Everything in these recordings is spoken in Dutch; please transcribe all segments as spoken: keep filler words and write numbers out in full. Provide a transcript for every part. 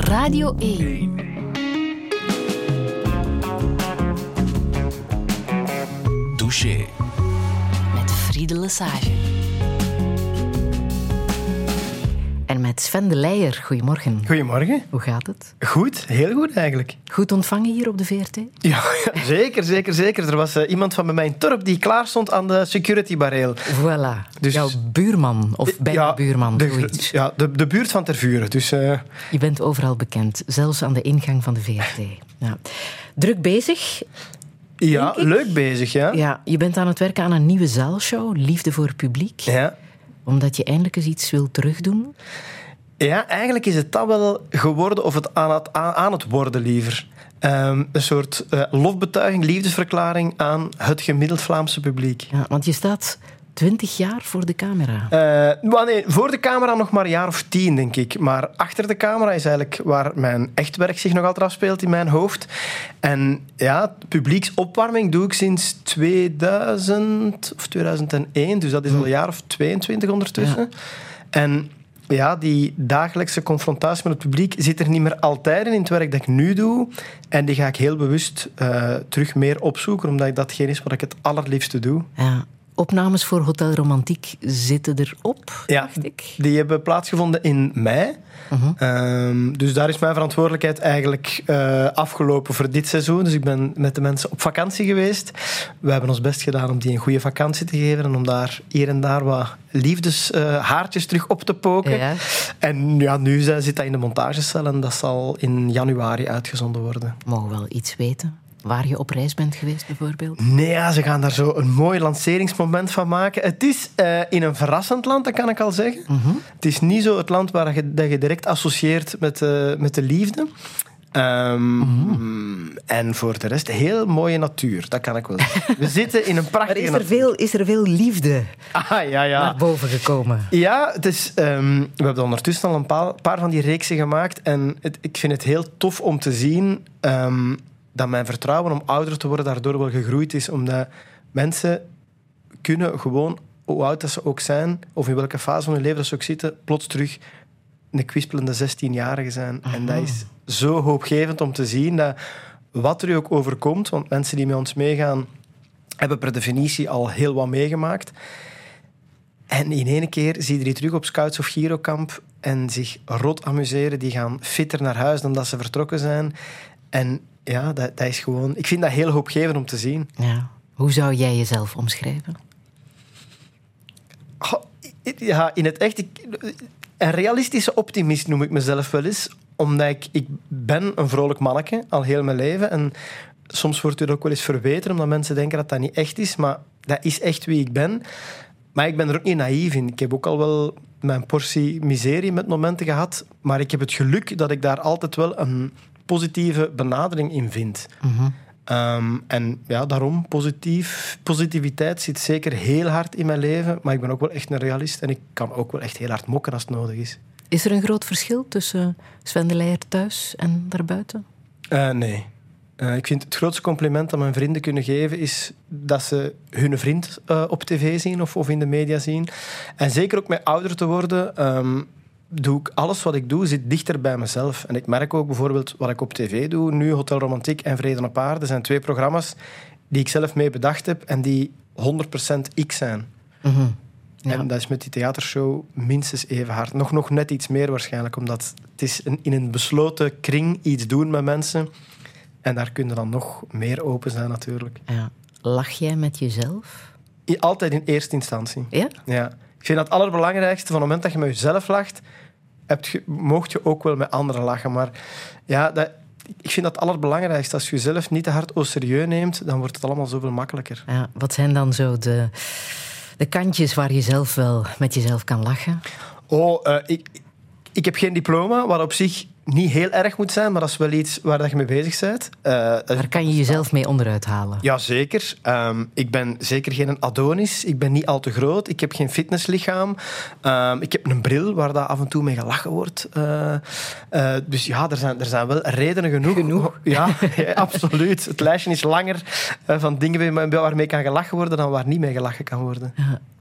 Radio één. Douché. Met Friede Lesage. En met Sven de Leijer. Goedemorgen. Goedemorgen. Hoe gaat het? Goed, heel goed eigenlijk. Goed ontvangen hier op de V R T? Ja, ja zeker, zeker, zeker. Er was uh, iemand van bij mij in het dorp die klaar stond aan de security bareel. Voilà. Dus, jouw buurman, of bijna ja, buurman. De, ja, de, de buurt van Tervuren. Dus, uh... Je bent overal bekend, zelfs aan de ingang van de V R T. Ja. Druk bezig. Ja, leuk bezig, ja. Ja. Je bent aan het werken aan een nieuwe zaalshow, Liefde voor Publiek. Ja. Omdat je eindelijk eens iets wil terugdoen. Ja, eigenlijk is het dat wel geworden, of het aan het, aan het worden liever. Um, een soort uh, lofbetuiging, liefdesverklaring aan het gemiddeld Vlaamse publiek. Ja, want je staat twintig jaar voor de camera. Uh, maar nee, voor de camera nog maar een jaar of tien, denk ik. Maar achter de camera is eigenlijk waar mijn echt werk zich nog altijd afspeelt in mijn hoofd. En ja, publieksopwarming doe ik sinds tweeduizend of tweeduizend één. Dus dat is al een jaar of tweeëntwintig ondertussen. Ja. En ja, die dagelijkse confrontatie met het publiek zit er niet meer altijd in, in het werk dat ik nu doe. En die ga ik heel bewust uh, terug meer opzoeken, omdat datgene is wat ik het allerliefste doe. Ja. Opnames voor Hotel Romantiek zitten erop, ja, dacht ik. Die hebben plaatsgevonden in mei. Uh-huh. Um, dus daar is mijn verantwoordelijkheid eigenlijk uh, afgelopen voor dit seizoen. Dus ik ben met de mensen op vakantie geweest. We hebben ons best gedaan om die een goede vakantie te geven en om daar hier en daar wat liefdeshaartjes uh, terug op te poken. Ja. En ja, nu zit dat in de montagecel en dat zal in januari uitgezonden worden. Mogen we wel iets weten? Waar je op reis bent geweest, bijvoorbeeld? Nee, ja, ze gaan daar zo een mooi lanceringsmoment van maken. Het is uh, in een verrassend land, dat kan ik al zeggen. Uh-huh. Het is niet zo het land waar je, dat je direct associeert met, uh, met de liefde. Um, uh-huh. En voor de rest, heel mooie natuur, dat kan ik wel zeggen. We zitten in een prachtige maar is er, veel, is er veel liefde ah, ja, ja. naar boven gekomen? Ja, het is, um, we hebben ondertussen al een paar, paar van die reeksen gemaakt. En het, ik vind het heel tof om te zien... Um, dat mijn vertrouwen om ouder te worden daardoor wel gegroeid is. Omdat mensen kunnen gewoon, hoe oud dat ze ook zijn, of in welke fase van hun leven dat ze ook zitten, plots terug een kwispelende zestienjarige zijn. Aha. En dat is zo hoopgevend om te zien dat wat er u ook overkomt, want mensen die met ons meegaan, hebben per definitie al heel wat meegemaakt. En in één keer zie je die terug op Scouts of Girokamp en zich rot amuseren. Die gaan fitter naar huis dan dat ze vertrokken zijn. En ja, dat, dat is gewoon... Ik vind dat heel hoopgevend om te zien. Ja. Hoe zou jij jezelf omschrijven? Oh, ja, in het echt... Ik, een realistische optimist noem ik mezelf wel eens. Omdat ik... Ik ben een vrolijk manneke, al heel mijn leven. En soms wordt het ook wel eens verweten, omdat mensen denken dat dat niet echt is. Maar dat is echt wie ik ben. Maar ik ben er ook niet naïef in. Ik heb ook al wel mijn portie miserie met momenten gehad. Maar ik heb het geluk dat ik daar altijd wel een... positieve benadering in vind. Uh-huh. Um, en ja, daarom, positief, positiviteit zit zeker heel hard in mijn leven, maar ik ben ook wel echt een realist en ik kan ook wel echt heel hard mokken als het nodig is. Is er een groot verschil tussen Sven de Leijer thuis en daarbuiten? Uh, nee. Uh, ik vind het grootste compliment dat mijn vrienden kunnen geven is dat ze hun vriend uh, op tv zien of, of in de media zien. En zeker ook met ouder te worden... Um, doe ik alles wat ik doe, zit dichter bij mezelf. En ik merk ook bijvoorbeeld wat ik op tv doe. Nu Hotel Romantiek en Vrede op Aarde zijn twee programma's die ik zelf mee bedacht heb en die honderd procent ik zijn. Uh-huh. Ja. En dat is met die theatershow minstens even hard. Nog, nog net iets meer waarschijnlijk, omdat het is een, in een besloten kring iets doen met mensen. En daar kun je dan nog meer open zijn natuurlijk. Ja. Lach jij met jezelf? Altijd in eerste instantie. Ja? Ja. Ik vind dat het allerbelangrijkste, van het moment dat je met jezelf lacht, heb je, moogt je ook wel met anderen lachen. Maar ja, dat, ik vind dat het allerbelangrijkste. Als je jezelf niet te hard au serieus neemt, dan wordt het allemaal zoveel makkelijker. Ja, wat zijn dan zo de, de kantjes waar je zelf wel met jezelf kan lachen? Oh, uh, ik, ik heb geen diploma, wat op zich niet heel erg moet zijn, maar dat is wel iets waar dat je mee bezig bent. Uh, Daar kan je jezelf mee onderuit halen. Jazeker. Um, ik ben zeker geen Adonis. Ik ben niet al te groot. Ik heb geen fitnesslichaam. Um, ik heb een bril waar dat af en toe mee gelachen wordt. Uh, uh, dus ja, er zijn, er zijn wel redenen genoeg. Genoeg? Ja, ja, absoluut. Het lijstje is langer uh, van dingen waarmee kan gelachen worden dan waar niet mee gelachen kan worden. Ja.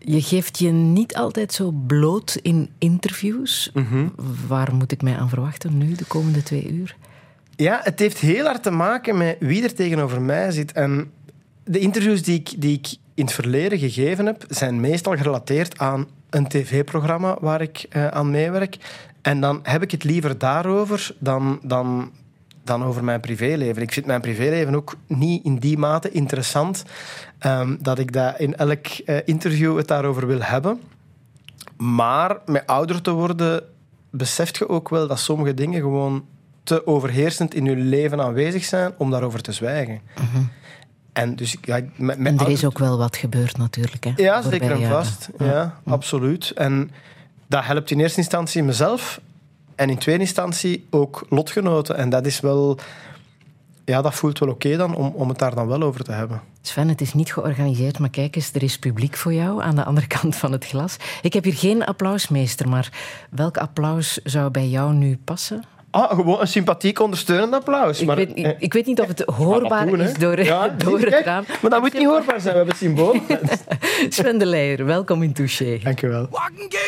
Je geeft je niet altijd zo bloot in interviews. Mm-hmm. Waar moet ik mij aan verwachten nu, de komende twee uur? Ja, het heeft heel hard te maken met wie er tegenover mij zit. En de interviews die ik, die ik in het verleden gegeven heb, zijn meestal gerelateerd aan een tv-programma waar ik uh, aan meewerk. En dan heb ik het liever daarover dan, dan, dan over mijn privéleven. Ik vind mijn privéleven ook niet in die mate interessant um, dat ik dat in elk uh, interview het daarover wil hebben. Maar met ouder te worden besef je ook wel dat sommige dingen gewoon te overheersend in je leven aanwezig zijn om daarover te zwijgen. Mm-hmm. En, dus, ja, met, met en er ouder... is ook wel wat gebeurd natuurlijk. Hè, ja, zeker en vast. Ja, ja, absoluut. En dat helpt in eerste instantie mezelf en in tweede instantie ook lotgenoten. En dat is wel... Ja, dat voelt wel oké dan, om, om het daar dan wel over te hebben. Sven, het is niet georganiseerd, maar kijk eens, er is publiek voor jou aan de andere kant van het glas. Ik heb hier geen applausmeester, maar welk applaus zou bij jou nu passen? Ah, gewoon een sympathiek ondersteunend applaus. Ik, maar, weet, ik, ik weet niet of het hoorbaar doen, is door, ja, door kijk, het raam. Maar dat moet niet hoorbaar zijn, we hebben het symbool. Sven de Leijer, welkom in Touché. Dank je wel.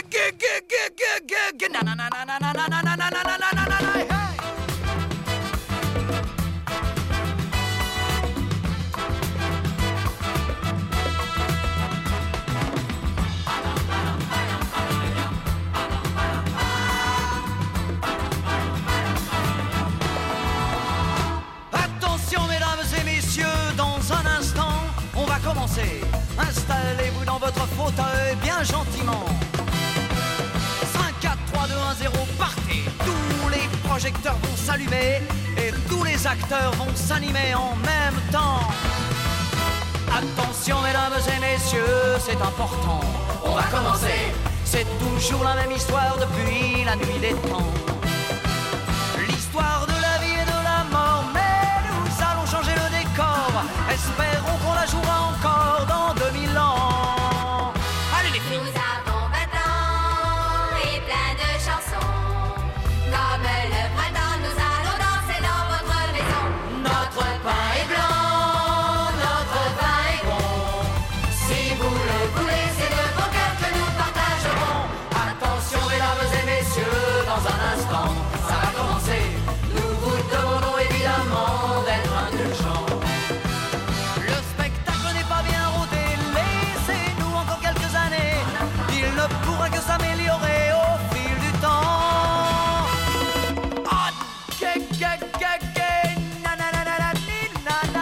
Installez-vous dans votre fauteuil bien gentiment. cinq, quatre, trois, deux, un, zéro, partez. Tous les projecteurs vont s'allumer et tous les acteurs vont s'animer en même temps. Attention mesdames et messieurs, c'est important. On va commencer. C'est toujours la même histoire depuis la nuit des temps. L'histoire de la vie et de la mort, mais nous allons changer le décor. Espérons qu'on la jouera encore dans deux mille ans. Allez les filles. Nous avons vingt ans et plein de chansons. Comme le printemps, nous allons danser dans votre maison. Notre pain est blanc, notre vin est bon. Si vous le voulez, c'est de bon cœur que nous partagerons. Attention mesdames et messieurs, dans un instant, ça va commencer. Nous vous demandons évidemment d'être indulgents. Le spectacle n'est pas bien rodé, laissez-nous encore quelques années. Il ne pourra que s'améliorer au fil du temps. Ah, que, que, que, que, na, na, na, na, na, ni, na, na.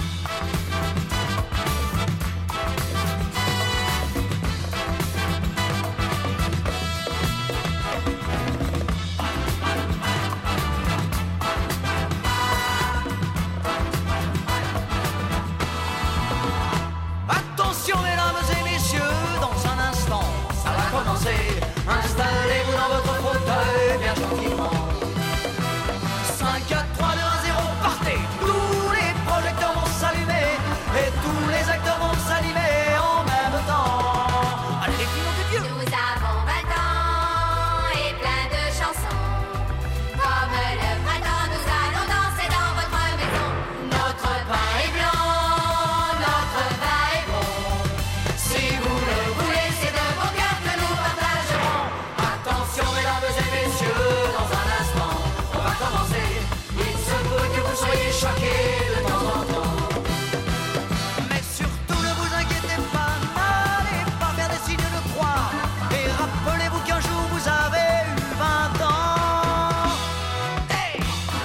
Attention mesdames et messieurs, dans un instant, ça va commencer. Installez-vous dans votre fauteuil bien gentiment. cinq, quatre, trois, deux, un, zéro, partez. Tous les projecteurs vont s'allumer et tous les acteurs vont s'animer en même temps. Allez les filles, nom de Dieu. Nous avons vingt ans et plein de chansons. Comme le printemps, nous allons danser dans votre maison. Notre pain est blanc, notre vin est bon. Si vous le voulez, c'est de bon cœur que nous partagerons. Attention mesdames et messieurs, dans un instant, on va commencer. Il se peut que vous soyez choqués de temps en temps. Mais surtout ne vous inquiétez pas, n'allez pas faire des signes de croix. Et rappelez-vous qu'un jour vous avez eu vingt ans. Hey!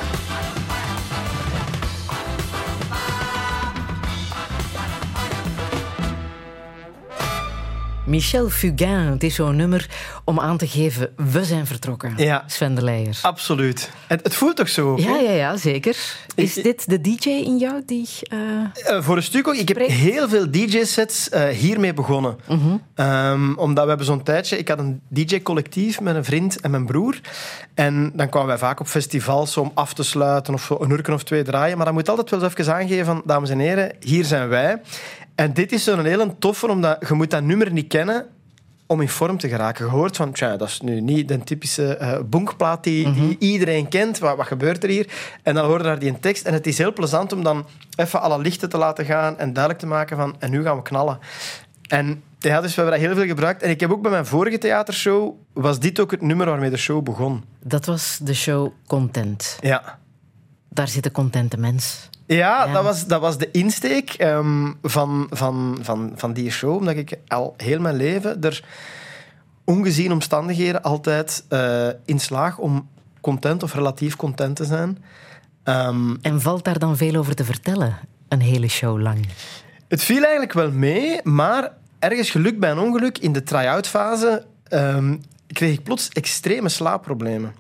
Michel Fugain, het is zo'n nummer om aan te geven, we zijn vertrokken. Ja. Sven de Leijer. Absoluut. Het, het voelt toch zo? Ja, hè? ja, ja, zeker. Is Ik- dit de D J in jou die... Uh... Uh, voor een stuk ook. Ik heb Spreek. heel veel D J-sets uh, hiermee begonnen. Mm-hmm. Um, omdat we hebben zo'n tijdje... Ik had een D J-collectief met een vriend en mijn broer. En dan kwamen wij vaak op festivals om af te sluiten of zo een uur of twee draaien. Maar dan moet je altijd wel eens even aangeven van, dames en heren, hier zijn wij. En dit is zo'n hele toffe, omdat je moet dat nummer niet kennen om in vorm te geraken. Je hoort van, tja, dat is nu niet de typische uh, bonkplaat die, Mm-hmm. die iedereen kent. Wat, wat gebeurt er hier? En dan hoor je daar die tekst. En het is heel plezant om dan even alle lichten te laten gaan en duidelijk te maken van, en nu gaan we knallen. En ja, dus we hebben dat heel veel gebruikt. En ik heb ook bij mijn vorige theatershow, was dit ook het nummer waarmee de show begon. Dat was de show Content. Ja. Daar zit een contente mens. Ja, Ja. Dat, was, dat was de insteek um, van, van, van, van die show. Omdat ik al heel mijn leven er ongezien omstandigheden altijd uh, in slaag om content of relatief content te zijn. Um, En valt daar dan veel over te vertellen? Een hele show lang. Het viel eigenlijk wel mee, maar ergens geluk bij een ongeluk in de try-out fase um, kreeg ik plots extreme slaapproblemen.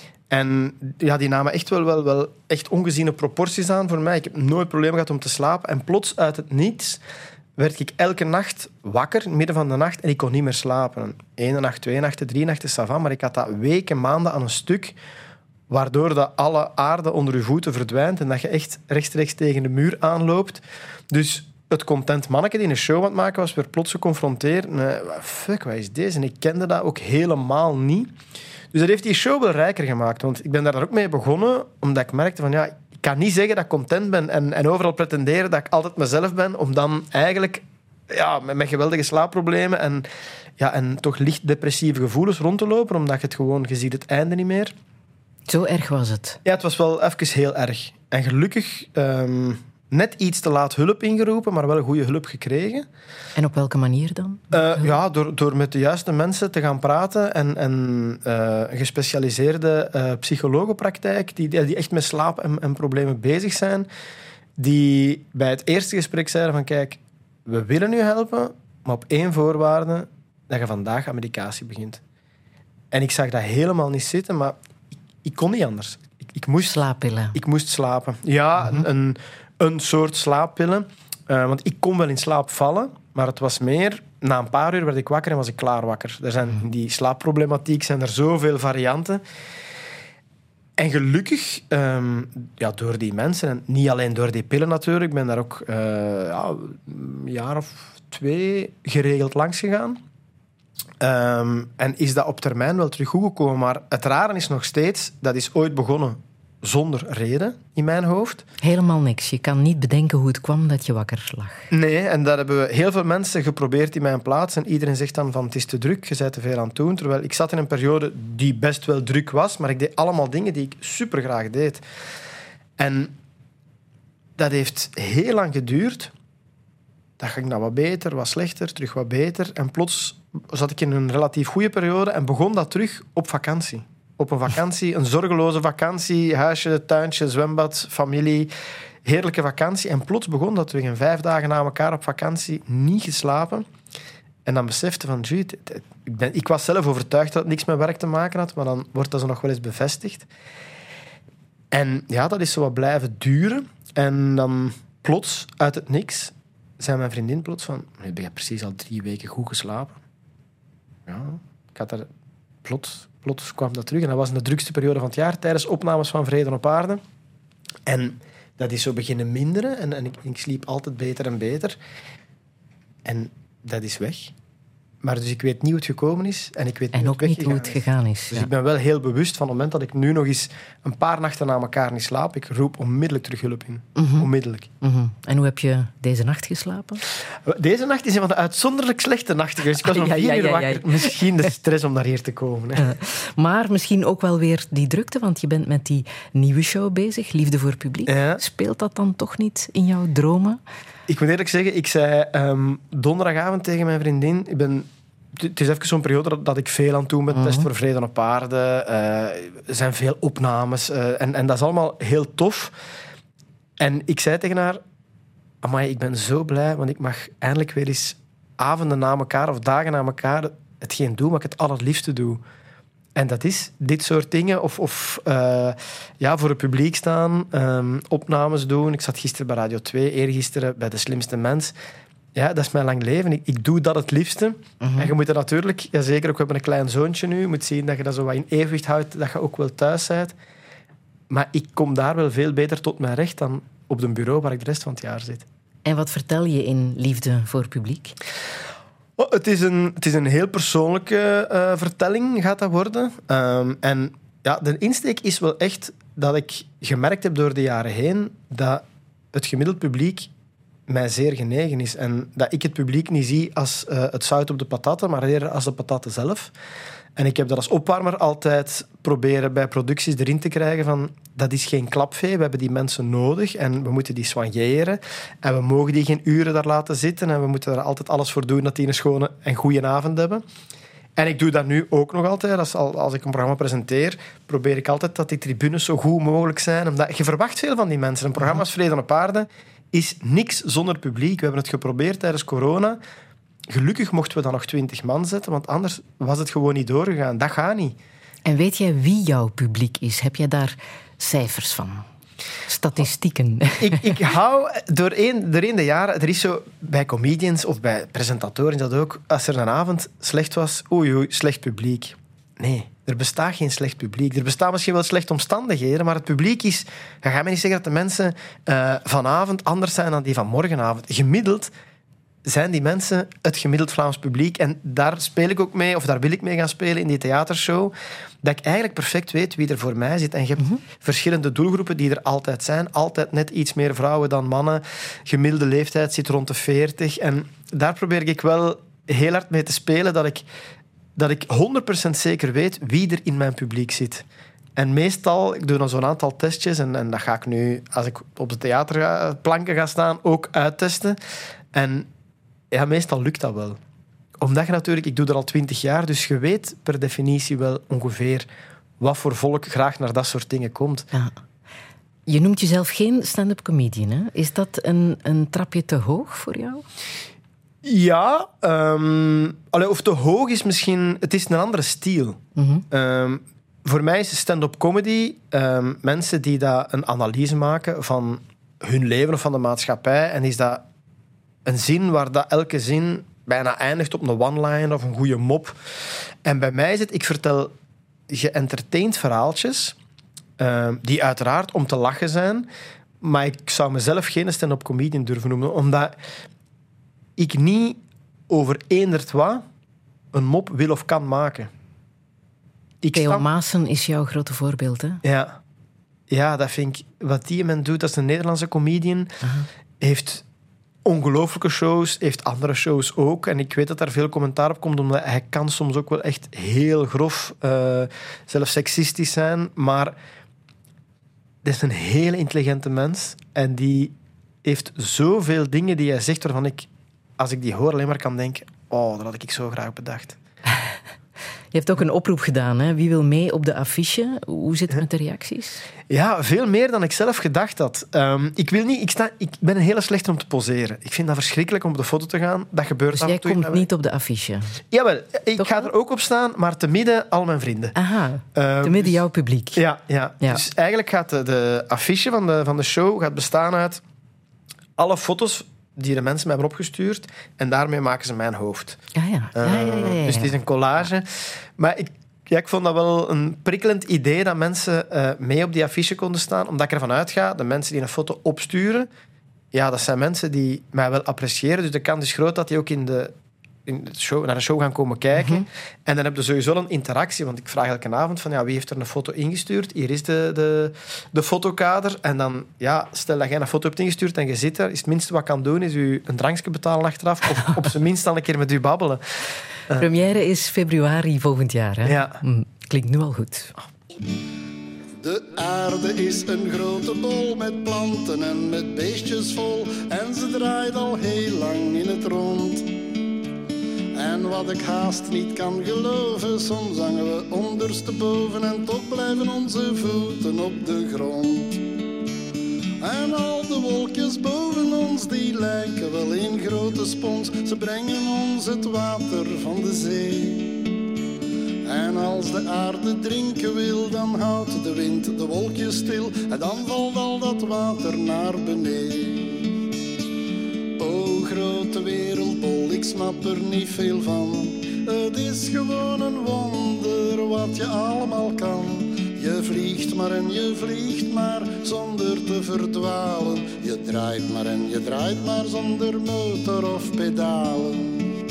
En ja, die namen echt wel, wel, wel echt ongeziene proporties aan voor mij. Ik heb nooit problemen gehad om te slapen. En plots uit het niets werd ik elke nacht wakker, in het midden van de nacht, en ik kon niet meer slapen. Eén nacht, twee nachten, drie nachten, ça va, maar ik had dat weken, maanden aan een stuk, waardoor dat alle aarde onder je voeten verdwijnt en dat je echt rechtstreeks tegen de muur aanloopt. Dus het content manneke die een show aan het maken was, werd plots geconfronteerd. Nee, fuck, wat is deze? En ik kende dat ook helemaal niet. Dus dat heeft die show wel rijker gemaakt. Want ik ben daar ook mee begonnen, omdat ik merkte van ja, ik kan niet zeggen dat ik content ben en, en overal pretenderen dat ik altijd mezelf ben, om dan eigenlijk ja, met, met geweldige slaapproblemen en, ja, en toch licht depressieve gevoelens rond te lopen, omdat je het gewoon, je ziet het einde niet meer. Zo erg was het. Ja, het was wel even heel erg. En gelukkig um, net iets te laat hulp ingeroepen, maar wel een goede hulp gekregen. En op welke manier dan? Uh, ja, door, door met de juiste mensen te gaan praten en, en uh, een gespecialiseerde uh, psychologenpraktijk die, die echt met slaap en, en problemen bezig zijn, die bij het eerste gesprek zeiden van kijk, we willen u helpen, maar op één voorwaarde, dat je vandaag aan medicatie begint. En ik zag dat helemaal niet zitten, maar ik, ik kon niet anders. Ik, ik, moest, Slaappillen. ik moest slapen. Ja, mm-hmm. een, een soort slaappillen. Uh, want ik kon wel in slaap vallen, maar het was meer... Na een paar uur werd ik wakker en was ik klaar wakker. Er zijn, in die slaapproblematiek zijn er zoveel varianten. En gelukkig, um, ja, door die mensen, en niet alleen door die pillen natuurlijk, ik ben daar ook uh, ja, een jaar of twee geregeld langs gegaan. Um, en is dat op termijn wel terug goed gekomen. Maar het rare is nog steeds, dat is ooit begonnen zonder reden in mijn hoofd. Helemaal niks. Je kan niet bedenken hoe het kwam dat je wakker lag. Nee, en dat hebben we heel veel mensen geprobeerd in mijn plaats. En iedereen zegt dan van, het is te druk, je bent te veel aan het doen. Terwijl ik zat in een periode die best wel druk was, maar ik deed allemaal dingen die ik supergraag deed. En dat heeft heel lang geduurd. Dat ging dan wat beter, wat slechter, terug wat beter. En plots zat ik in een relatief goede periode en begon dat terug op vakantie. Op een vakantie, een zorgeloze vakantie, huisje, tuintje, zwembad, familie. Heerlijke vakantie. En plots begon dat terug. En vijf dagen na elkaar op vakantie, niet geslapen. En dan besefte van, Jude, ik, ben, ik was zelf overtuigd dat het niks met werk te maken had, maar dan wordt dat zo nog wel eens bevestigd. En ja, dat is zo wat blijven duren. En dan plots, uit het niks, zei mijn vriendin plots van, heb je precies al drie weken goed geslapen? Ja, ik had er plots... Plots kwam dat terug. En dat was in de drukste periode van het jaar, tijdens opnames van Vrede op Aarde. En dat is zo beginnen minderen. En, en ik, ik sliep altijd beter en beter. En dat is weg. Maar dus ik weet niet hoe het gekomen is. En ik weet en niet ook niet hoe het gegaan is. Dus ja. ik ben wel heel bewust van het moment dat ik nu nog eens een paar nachten na elkaar niet slaap. Ik roep onmiddellijk terug hulp in. Mm-hmm. Onmiddellijk. Mm-hmm. En hoe heb je deze nacht geslapen? Deze nacht is een van de uitzonderlijk slechte nachten geweest. Ik was om ja, vier ja, uur ja, wakker. ja. Misschien de stress om naar hier te komen. Hè. Uh, maar misschien ook wel weer die drukte, want je bent met die nieuwe show bezig, Liefde voor Publiek. Ja. Speelt dat dan toch niet in jouw dromen? Ik moet eerlijk zeggen, ik zei um, donderdagavond tegen mijn vriendin... Ik ben... Het is even zo'n periode dat, dat ik veel aan het doen ben. Mm-hmm. Test voor Vrede op Aarde. Uh, er zijn veel opnames. Uh, en, en dat is allemaal heel tof. En ik zei tegen haar... Amai, ik ben zo blij, want ik mag eindelijk weer eens avonden na elkaar of dagen na elkaar hetgeen doen wat ik het allerliefste doe. En dat is dit soort dingen. Of, of uh, ja, voor het publiek staan. Um, opnames doen. Ik zat gisteren bij Radio twee. Eergisteren bij De Slimste Mens. Ja, dat is mijn lang leven. Ik, ik doe dat het liefste. Mm-hmm. En je moet er natuurlijk... Ja, zeker ook, we hebben een klein zoontje nu. Je moet zien dat je dat zo wat in evenwicht houdt. Dat je ook wel thuis bent. Maar ik kom daar wel veel beter tot mijn recht dan op het bureau waar ik de rest van het jaar zit. En wat vertel je in Liefde voor Publiek? Oh, het, is een, het is een heel persoonlijke uh, vertelling, gaat dat worden. Um, en ja, de insteek is wel echt dat ik gemerkt heb door de jaren heen dat het gemiddeld publiek mij zeer genegen is. En dat ik het publiek niet zie als uh, het zout op de patatten, maar eerder als de patatten zelf. En ik heb dat als opwarmer altijd proberen bij producties erin te krijgen van dat is geen klapvee, we hebben die mensen nodig en we moeten die soigneren en we mogen die geen uren daar laten zitten en we moeten er altijd alles voor doen dat die een schone en goede avond hebben. En ik doe dat nu ook nog altijd. Als, als ik een programma presenteer, probeer ik altijd dat die tribunes zo goed mogelijk zijn. Omdat je verwacht veel van die mensen. Een programma als Vrede op Aarde is niks zonder publiek. We hebben het geprobeerd tijdens corona. Gelukkig mochten we dan nog twintig man zetten, want anders was het gewoon niet doorgegaan. Dat gaat niet. En weet jij wie jouw publiek is? Heb jij daar cijfers van? Statistieken? Ik, ik hou doorheen, doorheen de jaren... Er is zo bij comedians of bij presentatoren dat ook... Als er een avond slecht was, oei, oei, slecht publiek. Nee, er bestaat geen slecht publiek. Er bestaan misschien wel slechte omstandigheden, maar het publiek is... Je gaat mij niet zeggen dat de mensen uh, vanavond anders zijn dan die van morgenavond. Gemiddeld zijn die mensen het gemiddeld Vlaams publiek. En daar speel ik ook mee, of daar wil ik mee gaan spelen in die theatershow. Dat ik eigenlijk perfect weet wie er voor mij zit. En je hebt mm-hmm. verschillende doelgroepen die er altijd zijn. Altijd net iets meer vrouwen dan mannen. Gemiddelde leeftijd zit rond de veertig. En daar probeer ik wel heel hard mee te spelen dat ik, dat ik honderd procent zeker weet wie er in mijn publiek zit. En meestal, ik doe dan zo'n aantal testjes en, en dat ga ik nu, als ik op de theaterplanken ga staan, ook uittesten. En ja, meestal lukt dat wel. Omdat je natuurlijk, ik doe er al twintig jaar, dus je weet per definitie wel ongeveer wat voor volk graag naar dat soort dingen komt. Ja. Je noemt jezelf geen stand-up comedian, hè? Is dat een, een trapje te hoog voor jou? Ja, um, allee, of te hoog is misschien... Het is een andere stijl. Mm-hmm. Um, voor mij is stand-up comedy um, mensen die dat een analyse maken van hun leven of van de maatschappij. En is dat een zin waar dat elke zin bijna eindigt op een one-line of een goede mop. En bij mij is het, ik vertel geëntertained verhaaltjes, uh, die uiteraard om te lachen zijn, maar ik zou mezelf geen stand-up comedian durven noemen, omdat ik niet over eenderd wat een mop wil of kan maken. Ik Theo sta... Maassen is jouw grote voorbeeld, hè? Ja. Ja, dat vind ik... Wat die man doet als een Nederlandse comedian, uh-huh. heeft ongelooflijke shows, heeft andere shows ook. En ik weet dat daar veel commentaar op komt, omdat hij kan soms ook wel echt heel grof, uh, zelfs seksistisch zijn. Maar dat is een hele intelligente mens. En die heeft zoveel dingen die hij zegt, waarvan ik, als ik die hoor, alleen maar kan denken, oh, dat had ik zo graag bedacht. Je hebt ook een oproep gedaan, hè? Wie wil mee op de affiche? Hoe zit het met de reacties? Ja, veel meer dan ik zelf gedacht had. Um, ik, wil niet, ik, sta, ik ben een hele slechte om te poseren. Ik vind dat verschrikkelijk om op de foto te gaan. Dat gebeurt dus af jij en toe. komt niet op de affiche? Jawel, ik Toch ga wel? er ook op staan, maar te midden al mijn vrienden. Aha, Um, te midden dus, jouw publiek. Ja, ja. ja. Dus eigenlijk gaat de, de affiche van de, van de show gaat bestaan uit alle foto's die de mensen mij hebben opgestuurd. En daarmee maken ze mijn hoofd. Ja, ja. ja, ja, ja, ja, ja. Dus het is een collage. Maar ik, ja, ik vond dat wel een prikkelend idee dat mensen uh, mee op die affiche konden staan. Omdat ik ervan uitga, de mensen die een foto opsturen, ja, dat zijn mensen die mij wel appreciëren. Dus de kans is groot dat die ook in de, in de show, naar de show gaan komen kijken. Mm-hmm. En dan heb je sowieso een interactie. Want ik vraag elke avond van, ja, wie heeft er een foto ingestuurd? Hier is de, de, de fotokader. En dan, ja, stel dat jij een foto hebt ingestuurd en je zit daar, is het minste wat kan doen, is u een drankje betalen achteraf. Of op zijn minst al een keer met u babbelen. Uh, Première is februari volgend jaar, hè? Ja. Mm, klinkt nu al goed. De aarde is een grote bol met planten en met beestjes vol. En ze draait al heel lang in het rond. En wat ik haast niet kan geloven, soms hangen we ondersteboven en toch blijven onze voeten op de grond. En al de wolkjes boven ons, die lijken wel een grote spons. Ze brengen ons het water van de zee. En als de aarde drinken wil, dan houdt de wind de wolkjes stil. En dan valt al dat water naar beneden. O grote wereldbol, ik snap er niet veel van. Het is gewoon een wonder wat je allemaal kan. Je vliegt maar en je vliegt maar zonder te verdwalen. Je draait maar en je draait maar zonder motor of pedalen.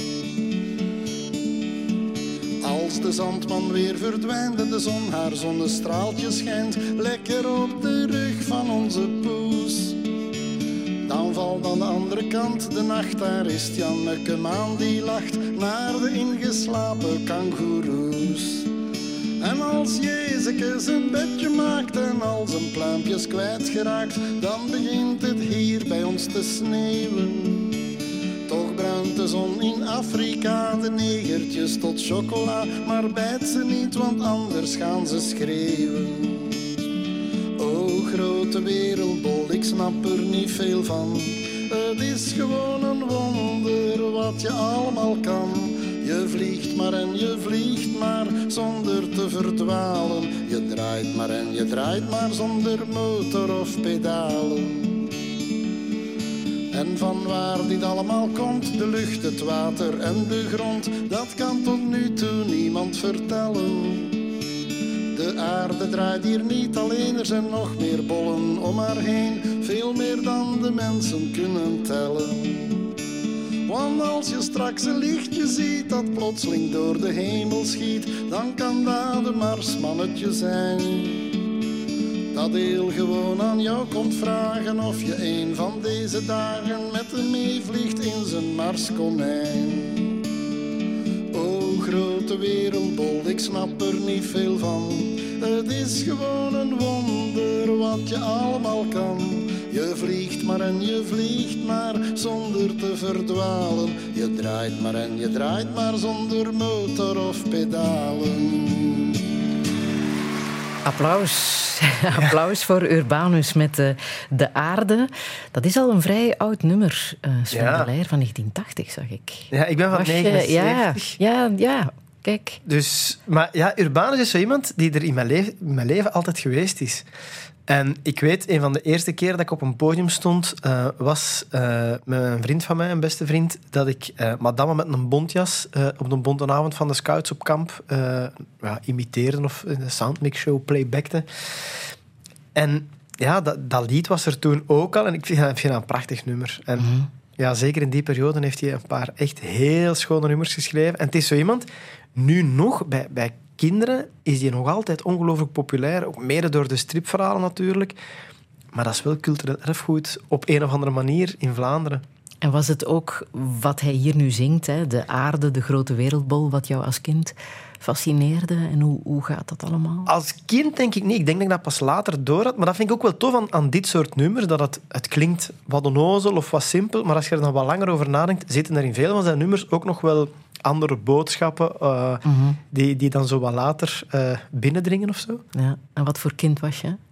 Als de zandman weer verdwijnt en de zon haar zonnestraaltje schijnt, lekker op de rug van onze poes, dan valt aan de andere kant de nacht. Daar is het Janneke Maan die lacht naar de ingeslapen kangoeroes. En als Jezeke zijn bedje maakt en al zijn pluimpjes kwijtgeraakt, dan begint het hier bij ons te sneeuwen. Toch bruint de zon in Afrika de negertjes tot chocola, maar bijt ze niet, want anders gaan ze schreeuwen. O grote wereldbol, ik snap er niet veel van. Het is gewoon een wonder wat je allemaal kan. Je vliegt maar en je vliegt maar zonder te verdwalen. Je draait maar en je draait maar zonder motor of pedalen. En van waar dit allemaal komt, de lucht, het water en de grond, dat kan tot nu toe niemand vertellen. De aarde draait hier niet alleen, er zijn nog meer bollen om haar heen, veel meer dan de mensen kunnen tellen. Want als je straks een lichtje ziet dat plotseling door de hemel schiet, dan kan dat een marsmannetje zijn. Dat heel gewoon aan jou komt vragen of je een van deze dagen met hem meevliegt in zijn marskonijn. O grote wereldbol, ik snap er niet veel van. Het is gewoon een wonder wat je allemaal kan. Je vliegt maar en je vliegt maar zonder te verdwalen. Je draait maar en je draait maar zonder motor of pedalen. Applaus. Applaus voor Urbanus met de, de aarde. Dat is al een vrij oud nummer. Uh, Sven Ja. de Leijer van negentien tachtig, zag ik. Ja, ik ben van Was je- negenenzeventig. Ja, ja, ja, kijk. Dus, maar ja, Urbanus is zo iemand die er in mijn, leven, in mijn leven altijd geweest is. En ik weet, een van de eerste keren dat ik op een podium stond, uh, was uh, met een vriend van mij, een beste vriend, dat ik uh, madame met een bontjas uh, op de bontenavond van de Scouts op kamp uh, ja, imiteerde of in de soundmix show playbackte. En ja, dat, dat lied was er toen ook al en ik vind, ik vind dat een prachtig nummer. En Mm-hmm. ja, zeker in die periode heeft hij een paar echt heel schone nummers geschreven. En het is zo iemand, nu nog, bij, bij kinderen is hij nog altijd ongelooflijk populair. Ook mede door de stripverhalen natuurlijk. Maar dat is wel cultureel erfgoed op een of andere manier in Vlaanderen. En was het ook wat hij hier nu zingt, hè? De aarde, de grote wereldbol, wat jou als kind fascineerde? En hoe, hoe gaat dat allemaal? Als kind denk ik niet. Ik denk dat ik dat pas later door had. Maar dat vind ik ook wel tof aan, aan dit soort nummers. Dat het, het klinkt wat onnozel of wat simpel. Maar als je er dan wat langer over nadenkt, zitten er in veel van zijn nummers ook nog wel andere boodschappen uh, Mm-hmm. die, die dan zo wat later uh, binnendringen of zo. Ja. En wat voor kind was je?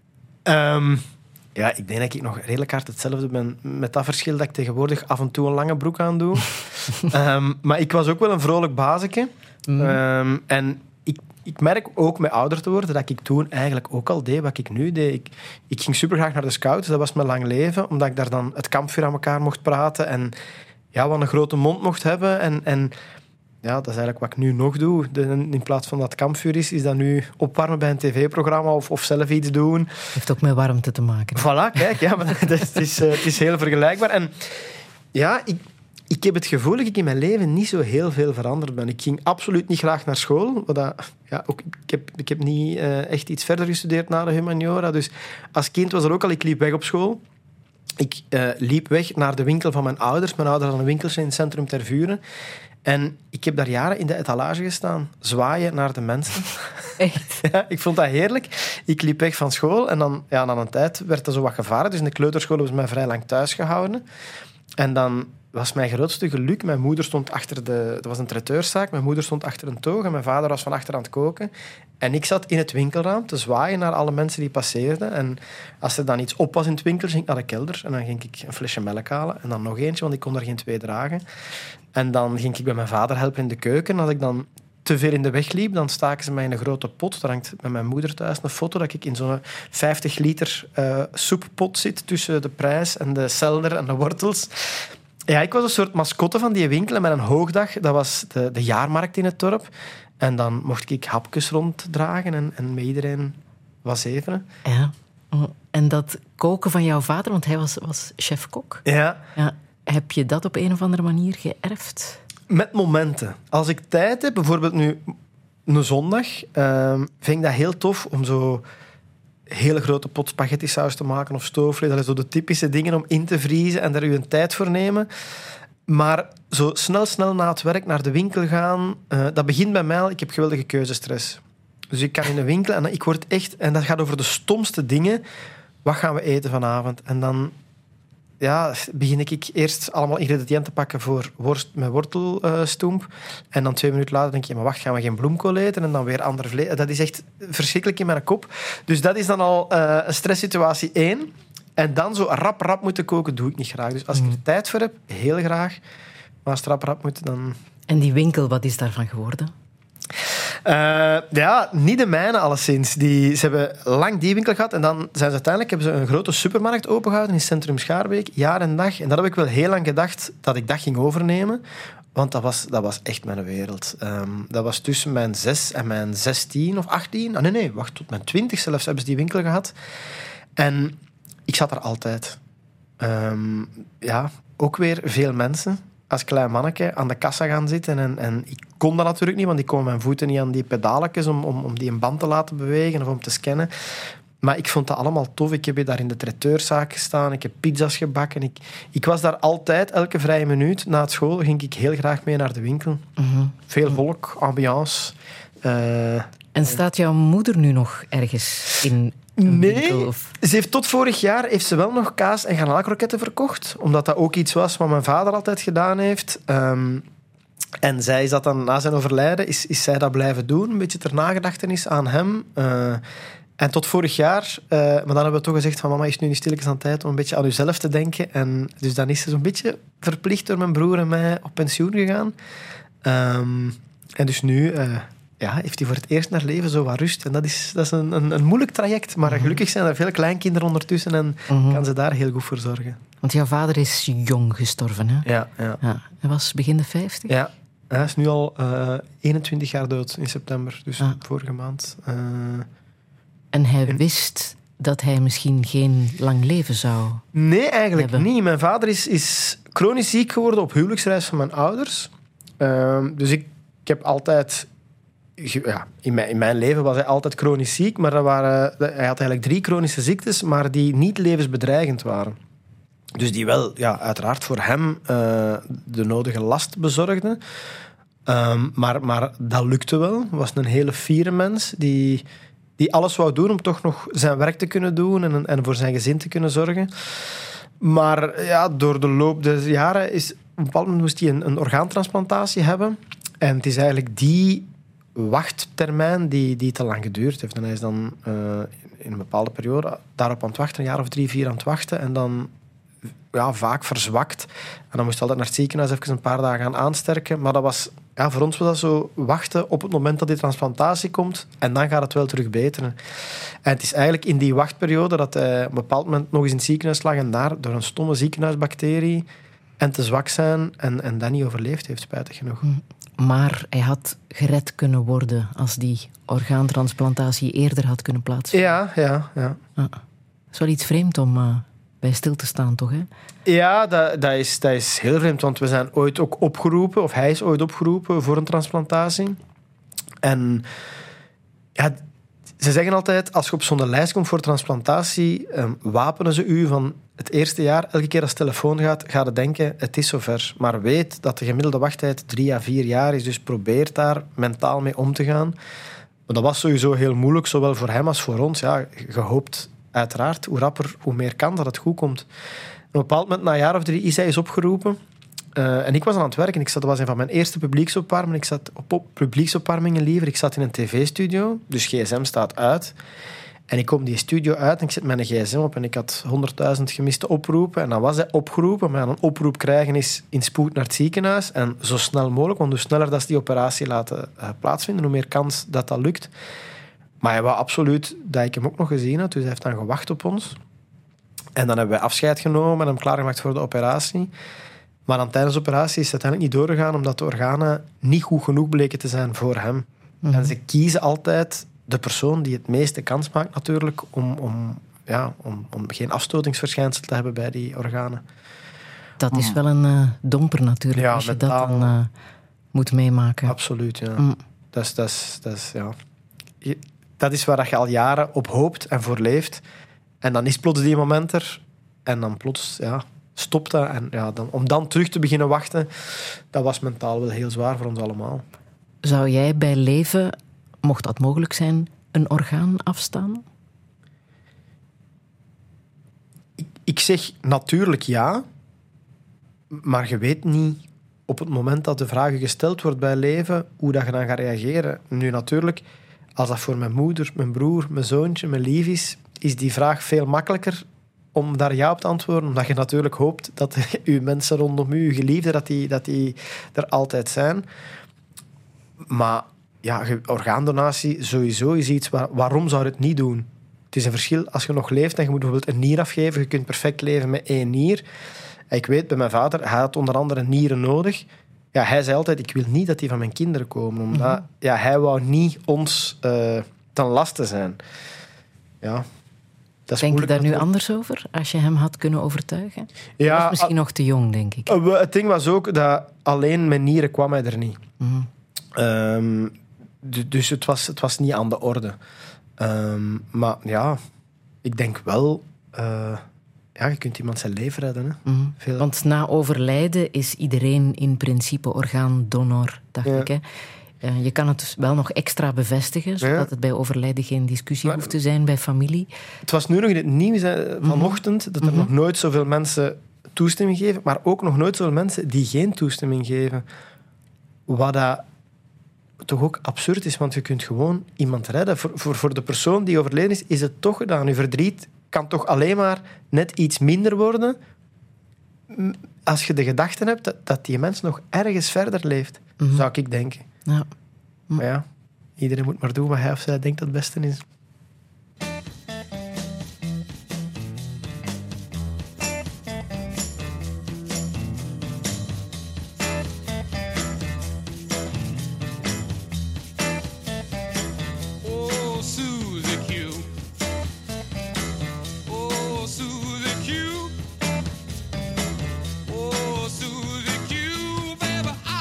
Um, ja, ik denk dat ik nog redelijk hard hetzelfde ben. Met dat verschil dat ik tegenwoordig af en toe een lange broek aan doe. um, maar ik was ook wel een vrolijk bazeke. Mm. Um, en ik, ik merk ook met ouder te worden dat ik toen eigenlijk ook al deed wat ik nu deed. Ik, ik ging supergraag naar de Scouts. Dat was mijn lang leven. Omdat ik daar dan het kampvuur aan elkaar mocht praten. En ja, wat een grote mond mocht hebben. En... en ja, dat is eigenlijk wat ik nu nog doe. De, in plaats van dat het kampvuur is, is dat nu opwarmen bij een tv-programma of, of zelf iets doen. Heeft ook met warmte te maken. Voilà, kijk, ja, maar het, is, uh, het is heel vergelijkbaar. En ja, ik, ik heb het gevoel dat ik in mijn leven niet zo heel veel veranderd ben. Ik ging absoluut niet graag naar school. Wat dat, ja, ook, ik, heb, ik heb niet uh, echt iets verder gestudeerd na de humaniora. Dus als kind was er ook al, ik liep weg op school. Ik uh, liep weg naar de winkel van mijn ouders. Mijn ouders hadden een winkeltje in het centrum Ter Vuren. En ik heb daar jaren in de etalage gestaan, zwaaien naar de mensen. Echt? Ja, ik vond dat heerlijk. Ik liep weg van school en dan, ja, na een tijd werd er zo wat gevaren. Dus in de kleuterschool hebben ze mij vrij lang thuis gehouden. En dan was mijn grootste geluk. Mijn moeder stond achter de... Dat was een traiteurszaak. Mijn moeder stond achter een toog en mijn vader was van achter aan het koken. En ik zat in het winkelraam te zwaaien naar alle mensen die passeerden. En als er dan iets op was in het winkel, ging ik naar de kelder. En dan ging ik een flesje melk halen. En dan nog eentje, want ik kon er geen twee dragen. En dan ging ik bij mijn vader helpen in de keuken. En als ik dan te ver in de weg liep, dan staken ze mij in een grote pot. Daar hangt bij mijn moeder thuis een foto dat ik in zo'n vijftig liter uh, soeppot zit tussen de prijs en de selder en de wortels. Ja, ik was een soort mascotte van die winkel. En met een hoogdag, dat was de, de jaarmarkt in het dorp. En dan mocht ik hapjes ronddragen en, en met iedereen was even. Ja. En dat koken van jouw vader, want hij was, was chef-kok. Ja. Ja. Heb je dat op een of andere manier geërfd? Met momenten. Als ik tijd heb, bijvoorbeeld nu een zondag, uh, vind ik dat heel tof om zo hele grote pot spaghetti-saus te maken of stoofvlees. Dat is zo de typische dingen om in te vriezen en daar u een tijd voor nemen. Maar zo snel, snel na het werk naar de winkel gaan, uh, dat begint bij mij al. Ik heb geweldige keuzestress. Dus ik kan in de winkel en ik word echt... En dat gaat over de stomste dingen. Wat gaan we eten vanavond? En dan ja, begin ik eerst allemaal ingrediënten pakken voor worst met wortelstoemp. Uh, en dan twee minuten later denk je, maar wacht, gaan we geen bloemkool eten? En dan weer ander vlees. Dat is echt verschrikkelijk in mijn kop. Dus dat is dan al uh, een stresssituatie één. En dan zo rap, rap moeten koken, doe ik niet graag. Dus als ik er tijd voor heb, heel graag. Maar als het rap, rap moet, dan... En die winkel, wat is daarvan geworden? Uh, ja, niet de mijne alleszins. Die, ze hebben lang die winkel gehad en dan zijn ze uiteindelijk hebben ze een grote supermarkt opengehouden in Centrum Schaarbeek, jaar en dag. En dat heb ik wel heel lang gedacht dat ik dat ging overnemen. Want dat was, dat was echt mijn wereld. Um, dat was tussen mijn zes en mijn zestien of achttien. Ah, nee, nee, wacht, tot mijn twintig zelfs hebben ze die winkel gehad. En ik zat er altijd. Um, ja, ook weer veel mensen. Als klein manneke aan de kassa gaan zitten. En, en ik kon dat natuurlijk niet, want ik kon mijn voeten niet aan die pedalletjes om, om, om die een band te laten bewegen of om te scannen. Maar ik vond dat allemaal tof. Ik heb daar in de traiteurzaak gestaan. Ik heb pizza's gebakken. Ik, ik was daar altijd, elke vrije minuut na het school, ging ik heel graag mee naar de winkel. Mm-hmm. Veel volk, ambiance. Uh, en staat jouw moeder nu nog ergens in... Nee, of... ze heeft tot vorig jaar heeft ze wel nog kaas- en garnalenkroketten verkocht. Omdat dat ook iets was wat mijn vader altijd gedaan heeft. Um, en zij is dat dan na zijn overlijden, is, is zij dat blijven doen. Een beetje ter nagedachtenis aan hem. Uh, en tot vorig jaar, uh, maar dan hebben we toch gezegd van mama, is nu niet stilletjes aan tijd om een beetje aan uzelf te denken. En dus dan is ze zo'n beetje verplicht door mijn broer en mij op pensioen gegaan. Um, en dus nu... Uh, Ja, heeft hij voor het eerst naar leven zo wat rust. En dat is, dat is een, een, een moeilijk traject. Maar mm-hmm. gelukkig zijn er veel kleinkinderen ondertussen en mm-hmm. kan ze daar heel goed voor zorgen. Want jouw vader is jong gestorven, hè? Ja. ja. ja. Hij was begin de vijftig? Ja. Hij is nu al uh, eenentwintig jaar dood in september. Dus ah. vorige maand. Uh, en hij en... wist dat hij misschien geen lang leven zou Nee, eigenlijk hebben. niet. Mijn vader is, is chronisch ziek geworden op huwelijksreis van mijn ouders. Uh, dus ik, ik heb altijd... Ja, in, mijn, in mijn leven was hij altijd chronisch ziek, maar er waren, hij had eigenlijk drie chronische ziektes, maar die niet levensbedreigend waren. Dus die wel, ja, uiteraard voor hem uh, de nodige last bezorgden. Um, maar, maar dat lukte wel. Hij was een hele fiere mens die, die alles wou doen om toch nog zijn werk te kunnen doen en, en voor zijn gezin te kunnen zorgen. Maar ja, door de loop der jaren is... Op een bepaald moment moest hij een, een orgaantransplantatie hebben. En het is eigenlijk die... wachttermijn die, die te lang geduurd heeft. En hij is dan uh, in een bepaalde periode daarop aan het wachten, een jaar of drie, vier aan het wachten, en dan ja, vaak verzwakt. En dan moest hij altijd naar het ziekenhuis even een paar dagen gaan aansterken. Maar dat was, ja, voor ons was dat zo wachten op het moment dat die transplantatie komt en dan gaat het wel terug beteren. En het is eigenlijk in die wachtperiode dat hij op een bepaald moment nog eens in het ziekenhuis lag en daar door een stomme ziekenhuisbacterie en te zwak zijn en, en dat niet overleefd heeft, spijtig genoeg. Mm. Maar hij had gered kunnen worden als die orgaantransplantatie eerder had kunnen plaatsvinden. Ja, ja, ja. Ah, dat is wel iets vreemd om uh, bij stil te staan, toch? Hè? Ja, dat, dat, is, dat is heel vreemd, want we zijn ooit ook opgeroepen, of hij is ooit opgeroepen voor een transplantatie. En ja, ze zeggen altijd, als je op zo'n lijst komt voor transplantatie, um, wapenen ze u van het eerste jaar, elke keer als het telefoon gaat, ga je denken, het is zover. Maar weet dat de gemiddelde wachttijd drie à vier jaar is, dus probeer daar mentaal mee om te gaan. Maar dat was sowieso heel moeilijk, zowel voor hem als voor ons. Ja, je hoopt uiteraard, hoe rapper, hoe meer kan dat het goed komt. Op een bepaald moment, na een jaar of drie, is hij eens opgeroepen. Uh, en ik was aan het werken. Ik zat, dat was een van mijn eerste publieksopwarmingen. Ik zat op, op publieksopwarmingen liever. Ik zat in een tv-studio, dus gsm staat uit. En ik kom die studio uit en ik zet mijn gsm op en ik had honderdduizend gemiste oproepen. En dan was hij opgeroepen. Maar een oproep krijgen is in spoed naar het ziekenhuis. En zo snel mogelijk, want hoe sneller dat ze die operatie laten uh, plaatsvinden, hoe meer kans dat dat lukt. Maar hij wou absoluut dat ik hem ook nog gezien had. Dus hij heeft dan gewacht op ons. En dan hebben wij afscheid genomen en hem klaargemaakt voor de operatie. Maar dan tijdens de operatie is het uiteindelijk niet doorgegaan omdat de organen niet goed genoeg bleken te zijn voor hem. Mm-hmm. En ze kiezen altijd de persoon die het meeste kans maakt natuurlijk om, om, ja, om, om geen afstotingsverschijnsel te hebben bij die organen. Dat is wel een uh, domper natuurlijk, ja, als je dat dan uh, moet meemaken. Absoluut, ja. Mm. Dat is, dat is, dat is, ja. Je, dat is waar je al jaren op hoopt en voor leeft. En dan is plots die moment er. En dan plots ja, stopt dat. En ja, dan, om dan terug te beginnen wachten, dat was mentaal wel heel zwaar voor ons allemaal. Zou jij bij leven, mocht dat mogelijk zijn, een orgaan afstaan? Ik, ik zeg natuurlijk ja, maar je weet niet op het moment dat de vraag gesteld wordt bij leven, hoe dat je dan gaat reageren. Nu natuurlijk, als dat voor mijn moeder, mijn broer, mijn zoontje, mijn lief is, is die vraag veel makkelijker om daar ja op te antwoorden, omdat je natuurlijk hoopt dat je mensen rondom je, je geliefden, dat die, dat die er altijd zijn. Maar ja, orgaandonatie sowieso is iets, waar, waarom zou je het niet doen? Het is een verschil als je nog leeft en je moet bijvoorbeeld een nier afgeven. Je kunt perfect leven met één nier. Ik weet, bij mijn vader, hij had onder andere nieren nodig. Ja, hij zei altijd, ik wil niet dat die van mijn kinderen komen. Omdat mm-hmm. ja, hij wou niet ons uh, ten laste zijn. Ja, dat is denk je daar nu natuurlijk. anders over, als je hem had kunnen overtuigen? Ja, hij was misschien a- nog te jong, denk ik. Uh, het ding was ook dat alleen met nieren kwam hij er niet. Mm-hmm. Um, d- dus het was, het was niet aan de orde. Um, maar ja, ik denk wel... Uh, ja, je kunt iemand zijn leven redden. Hè. Mm-hmm. Veel... Want na overlijden is iedereen in principe orgaandonor, dacht ja. ik. Hè? Uh, je kan het wel nog extra bevestigen, zodat ja. het bij overlijden geen discussie maar, hoeft te zijn bij familie. Het was nu nog in het nieuws hè, vanochtend mm-hmm. dat er mm-hmm. nog nooit zoveel mensen toestemming geven, maar ook nog nooit zoveel mensen die geen toestemming geven. Wat dat toch ook absurd is, want je kunt gewoon iemand redden. Voor, voor, voor de persoon die overleden is, is het toch gedaan. Je verdriet kan toch alleen maar net iets minder worden als je de gedachte hebt dat, dat die mens nog ergens verder leeft, mm-hmm. zou ik denken. Ja. Mm. Maar ja, iedereen moet maar doen wat hij of zij denkt dat het beste is.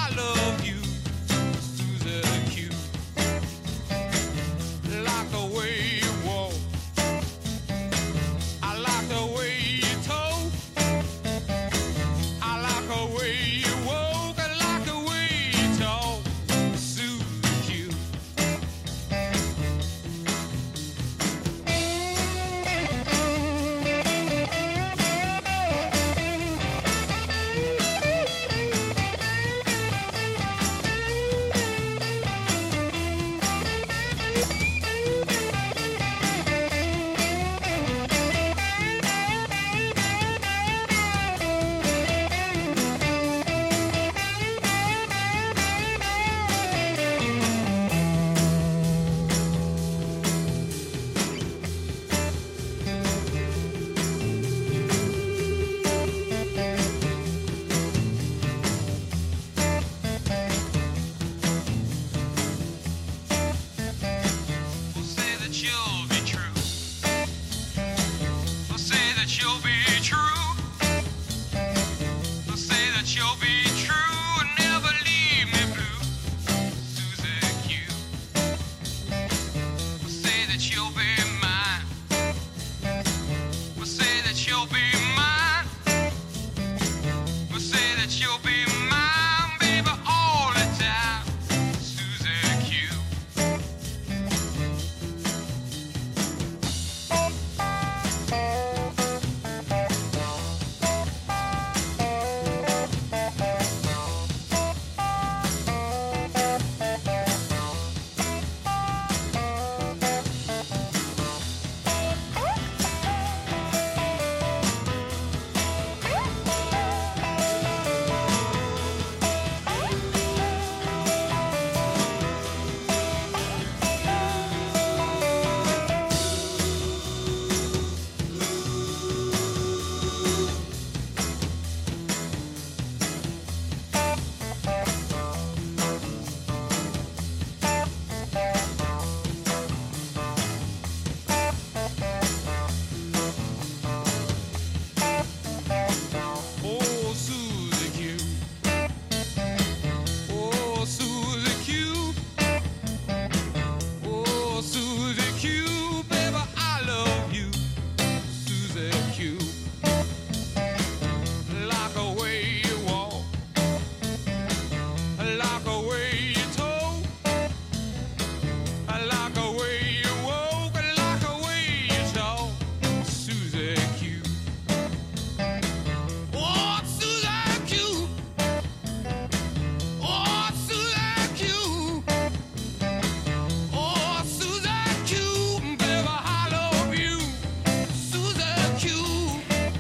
Like the way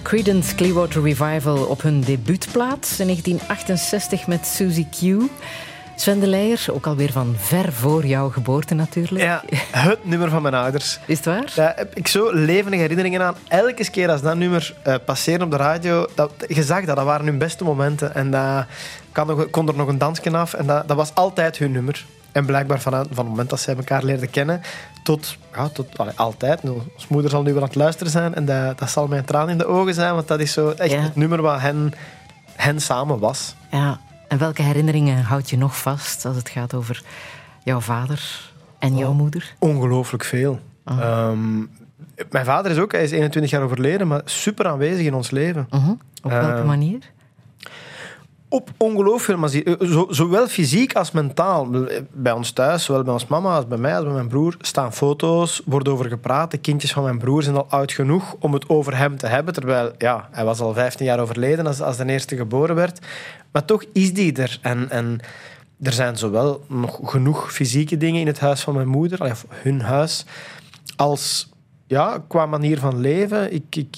Creedence Clearwater Revival op hun debuutplaat in negentien achtenzestig met Suzy Q. Sven de Leijer, ook alweer van ver voor jouw geboorte natuurlijk. Ja, het nummer van mijn ouders. Is het waar? Daar heb ik zo levendige herinneringen aan. Elke keer als dat nummer uh, passeerde op de radio, dat, je zag dat, dat waren hun beste momenten. En dat kon, nog, kon er nog een dansje af. En dat, dat was altijd hun nummer. En blijkbaar van, van het moment dat zij elkaar leerden kennen, tot, ja, tot allee, altijd. Nou, ons moeder zal nu wel aan het luisteren zijn en dat, dat zal mijn traan in de ogen zijn, want dat is zo echt ja. het nummer wat hen, hen samen was. Ja, en welke herinneringen houd je nog vast als het gaat over jouw vader en jouw oh, moeder? Ongelooflijk veel. Oh. Um, mijn vader is ook, hij is eenentwintig jaar overleden, maar super aanwezig in ons leven. Uh-huh. Op welke uh, manier? Op ongelooflijk manier. Zo, zowel fysiek als mentaal. Bij ons thuis, zowel bij ons mama als bij mij als bij mijn broer, staan foto's, wordt over gepraat. De kindjes van mijn broer zijn al oud genoeg om het over hem te hebben. Terwijl, ja, hij was al vijftien jaar overleden als, als de eerste geboren werd. Maar toch is die er. En, en er zijn zowel nog genoeg fysieke dingen in het huis van mijn moeder, of hun huis, als ja, qua manier van leven. Ik... ik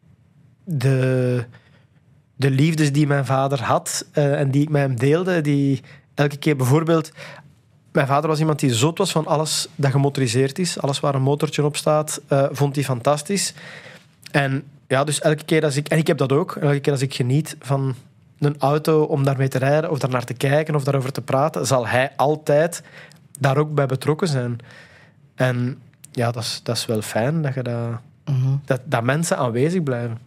de... De liefdes die mijn vader had uh, en die ik met hem deelde, die elke keer bijvoorbeeld... Mijn vader was iemand die zot was van alles dat gemotoriseerd is. Alles waar een motortje op staat, uh, vond hij fantastisch. En ja, dus elke keer als ik... En ik heb dat ook. Elke keer als ik geniet van een auto om daarmee te rijden of daar naar te kijken of daarover te praten, zal hij altijd daar ook bij betrokken zijn. En ja, dat is, dat is wel fijn dat, je dat, mm-hmm. dat, dat mensen aanwezig blijven.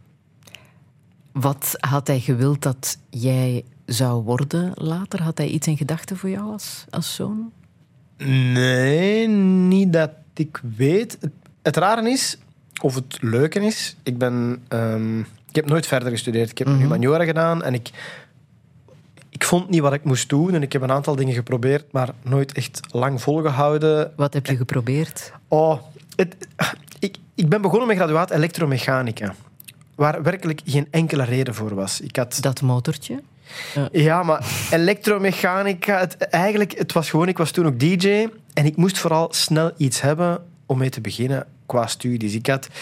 Wat had hij gewild dat jij zou worden later? Had hij iets in gedachten voor jou als, als zoon? Nee, niet dat ik weet. Het, het rare is, of het leuke is, ik ben... Um, ik heb nooit verder gestudeerd. Ik heb mm-hmm. humaniora gedaan en ik, ik vond niet wat ik moest doen. En ik heb een aantal dingen geprobeerd, maar nooit echt lang volgehouden. Wat heb je geprobeerd? Oh, het, ik, ik ben begonnen met graduaat elektromechanica. Waar werkelijk geen enkele reden voor was. Ik had... Dat motortje? Ja, ja maar elektromechanica... Het, eigenlijk, het was gewoon... Ik was toen ook D J en ik moest vooral snel iets hebben om mee te beginnen qua studies. Ik had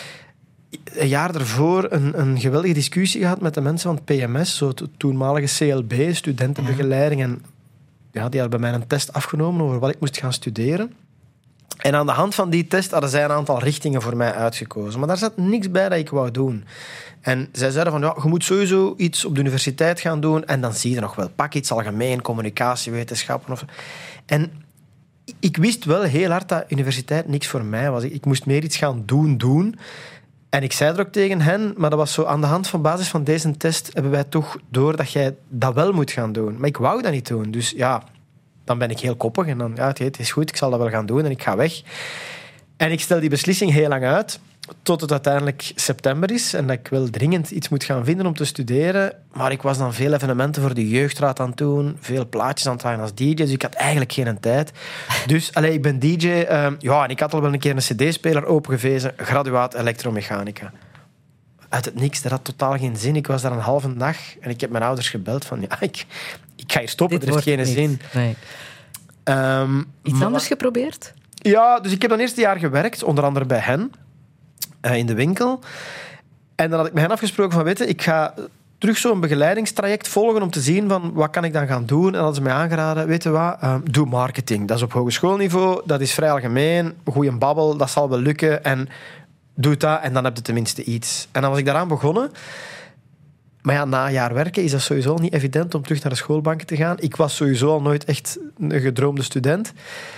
een jaar daarvoor een, een geweldige discussie gehad met de mensen van het P M S, zo het toenmalige C L B, studentenbegeleiding. En ja, die hadden bij mij een test afgenomen over wat ik moest gaan studeren. En aan de hand van die test hadden zij een aantal richtingen voor mij uitgekozen. Maar daar zat niks bij dat ik wou doen. En zij zeiden van, ja, je moet sowieso iets op de universiteit gaan doen en dan zie je nog wel, pak iets algemeen, communicatiewetenschappen. Of... En ik wist wel heel hard dat universiteit niks voor mij was. Ik moest meer iets gaan doen, doen. En ik zei er ook tegen hen, maar dat was zo aan de hand van basis van deze test hebben wij toch door dat jij dat wel moet gaan doen. Maar ik wou dat niet doen. Dus ja... Dan ben ik heel koppig en dan, ja, het is goed, ik zal dat wel gaan doen en ik ga weg. En ik stel die beslissing heel lang uit, tot het uiteindelijk september is en dat ik wel dringend iets moet gaan vinden om te studeren. Maar ik was dan veel evenementen voor de jeugdraad aan het doen, veel plaatjes aan het draaien als D J, dus ik had eigenlijk geen tijd. Dus, allez, ik ben D J, uh, ja, en ik had al wel een keer een cd-speler opengevezen, graduaat elektromechanica. Uit het niks, dat had totaal geen zin. Ik was daar een halve dag en ik heb mijn ouders gebeld van, ja, ik... Ik ga hier stoppen, Dit er heeft geen niet. zin. Nee. Um, Iets maar, anders geprobeerd? Ja, dus ik heb dan eerst een jaar gewerkt, onder andere bij hen, uh, in de winkel. En dan had ik met hen afgesproken van, weet je, ik ga terug zo'n begeleidingstraject volgen om te zien van, wat kan ik dan gaan doen. En dan hadden ze mij aangeraden, weet je wat, uh, doe marketing. Dat is op hogeschoolniveau, dat is vrij algemeen, goeie babbel, dat zal wel lukken. En doe dat en dan heb je tenminste iets. En dan was ik daaraan begonnen. Maar ja, na een jaar werken is dat sowieso niet evident om terug naar de schoolbanken te gaan. Ik was sowieso al nooit echt een gedroomde student.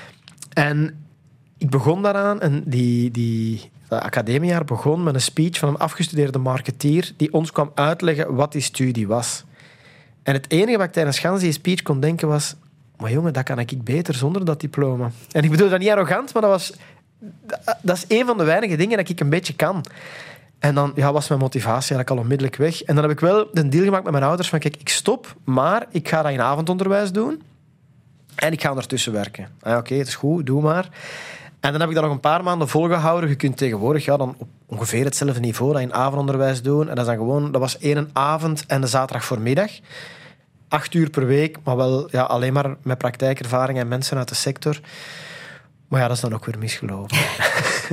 En ik begon daaraan en die, die, dat academiejaar begon met een speech van een afgestudeerde marketeer die ons kwam uitleggen wat die studie was. En het enige wat ik tijdens gans die speech kon denken was, maar jongen, dat kan ik beter zonder dat diploma. En ik bedoel dat niet arrogant, maar dat was... Dat is een van de weinige dingen dat ik een beetje kan. En dan ja, was mijn motivatie eigenlijk al onmiddellijk weg. En dan heb ik wel een deal gemaakt met mijn ouders van, kijk, ik stop, maar ik ga dat in avondonderwijs doen. En ik ga ertussen werken. Ah, Oké, okay, het is goed, doe maar. En dan heb ik dat nog een paar maanden volgehouden. Je kunt tegenwoordig ja, dan op ongeveer hetzelfde niveau dat in avondonderwijs doen. En dat, is dan gewoon, dat was één avond en de zaterdag voormiddag. Acht uur per week, maar wel ja, alleen maar met praktijkervaring en mensen uit de sector. Maar ja, dat is dan ook weer misgelopen.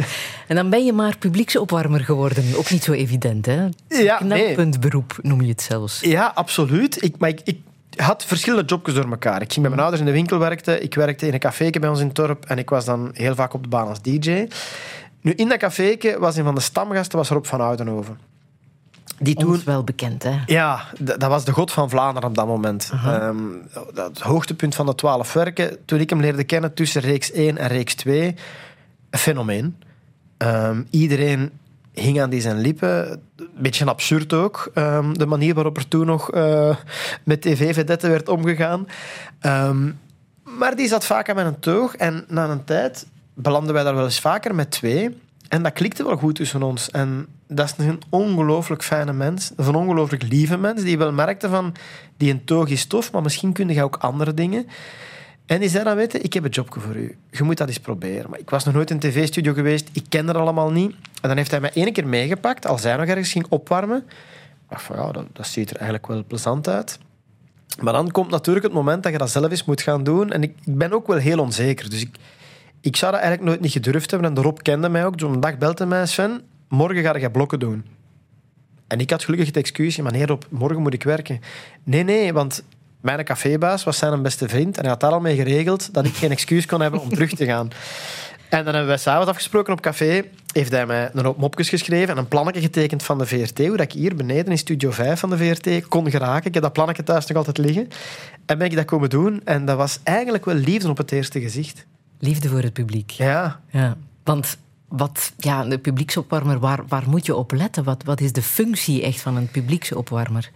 En dan ben je maar publieksopwarmer geworden. Ook niet zo evident, hè? Ja, Knelpuntberoep noem je het zelfs. Ja, absoluut. Ik, maar ik, ik had verschillende jobjes door elkaar. Ik ging met mijn ouders in de winkel werken. Ik werkte in een caféke bij ons in het dorp. En ik was dan heel vaak op de baan als D J. Nu, in dat caféke was een van de stamgasten was Rob van Oudenhoven. Die toen, Ons wel bekend, hè? Ja, d- dat was de god van Vlaanderen op dat moment. Um, dat het hoogtepunt van de twaalf werken. Toen ik hem leerde kennen tussen reeks één en reeks twee. Een fenomeen. Um, iedereen hing aan die zijn lippen. Een beetje absurd ook. Um, de manier waarop er toen nog uh, met tv-vedetten werd omgegaan. Um, maar die zat vaak aan mijn toog. En na een tijd belanden wij daar wel eens vaker met twee. En dat klikte wel goed tussen ons. En dat is een ongelooflijk fijne mens. Een ongelooflijk lieve mens. Die wel merkte van, die een toog is tof, maar misschien kun je ook andere dingen. En die zei dan, weet je, ik heb een jobje voor u. Je moet dat eens proberen. Maar ik was nog nooit in een tv-studio geweest. Ik ken dat allemaal niet. En dan heeft hij mij één keer meegepakt, als hij nog ergens ging opwarmen. Ik dacht van, ja, dat, dat ziet er eigenlijk wel plezant uit. Maar dan komt natuurlijk het moment dat je dat zelf eens moet gaan doen. En ik, ik ben ook wel heel onzeker. Dus ik, ik zou dat eigenlijk nooit niet gedurfd hebben. En de Rob kende mij ook. Zo'n dag belde mij, Sven, morgen ga je blokken doen. En ik had gelukkig het excuus, maar nee Rob, morgen moet ik werken. Nee, nee, want mijn cafébaas was zijn beste vriend en hij had daar al mee geregeld dat ik geen excuus kon hebben om terug te gaan. En dan hebben wij s'avonds afgesproken op café. Heeft hij mij een hoop mopjes geschreven en een plannetje getekend van de V R T, hoe dat ik hier beneden in Studio vijf van de V R T kon geraken. Ik heb dat plannetje thuis nog altijd liggen. En ben ik dat komen doen. En dat was eigenlijk wel liefde op het eerste gezicht. Liefde voor het publiek. Ja. Ja. Want wat, ja, de publieksopwarmer, waar, waar moet je op letten? Wat, wat is de functie echt van een publieksopwarmer?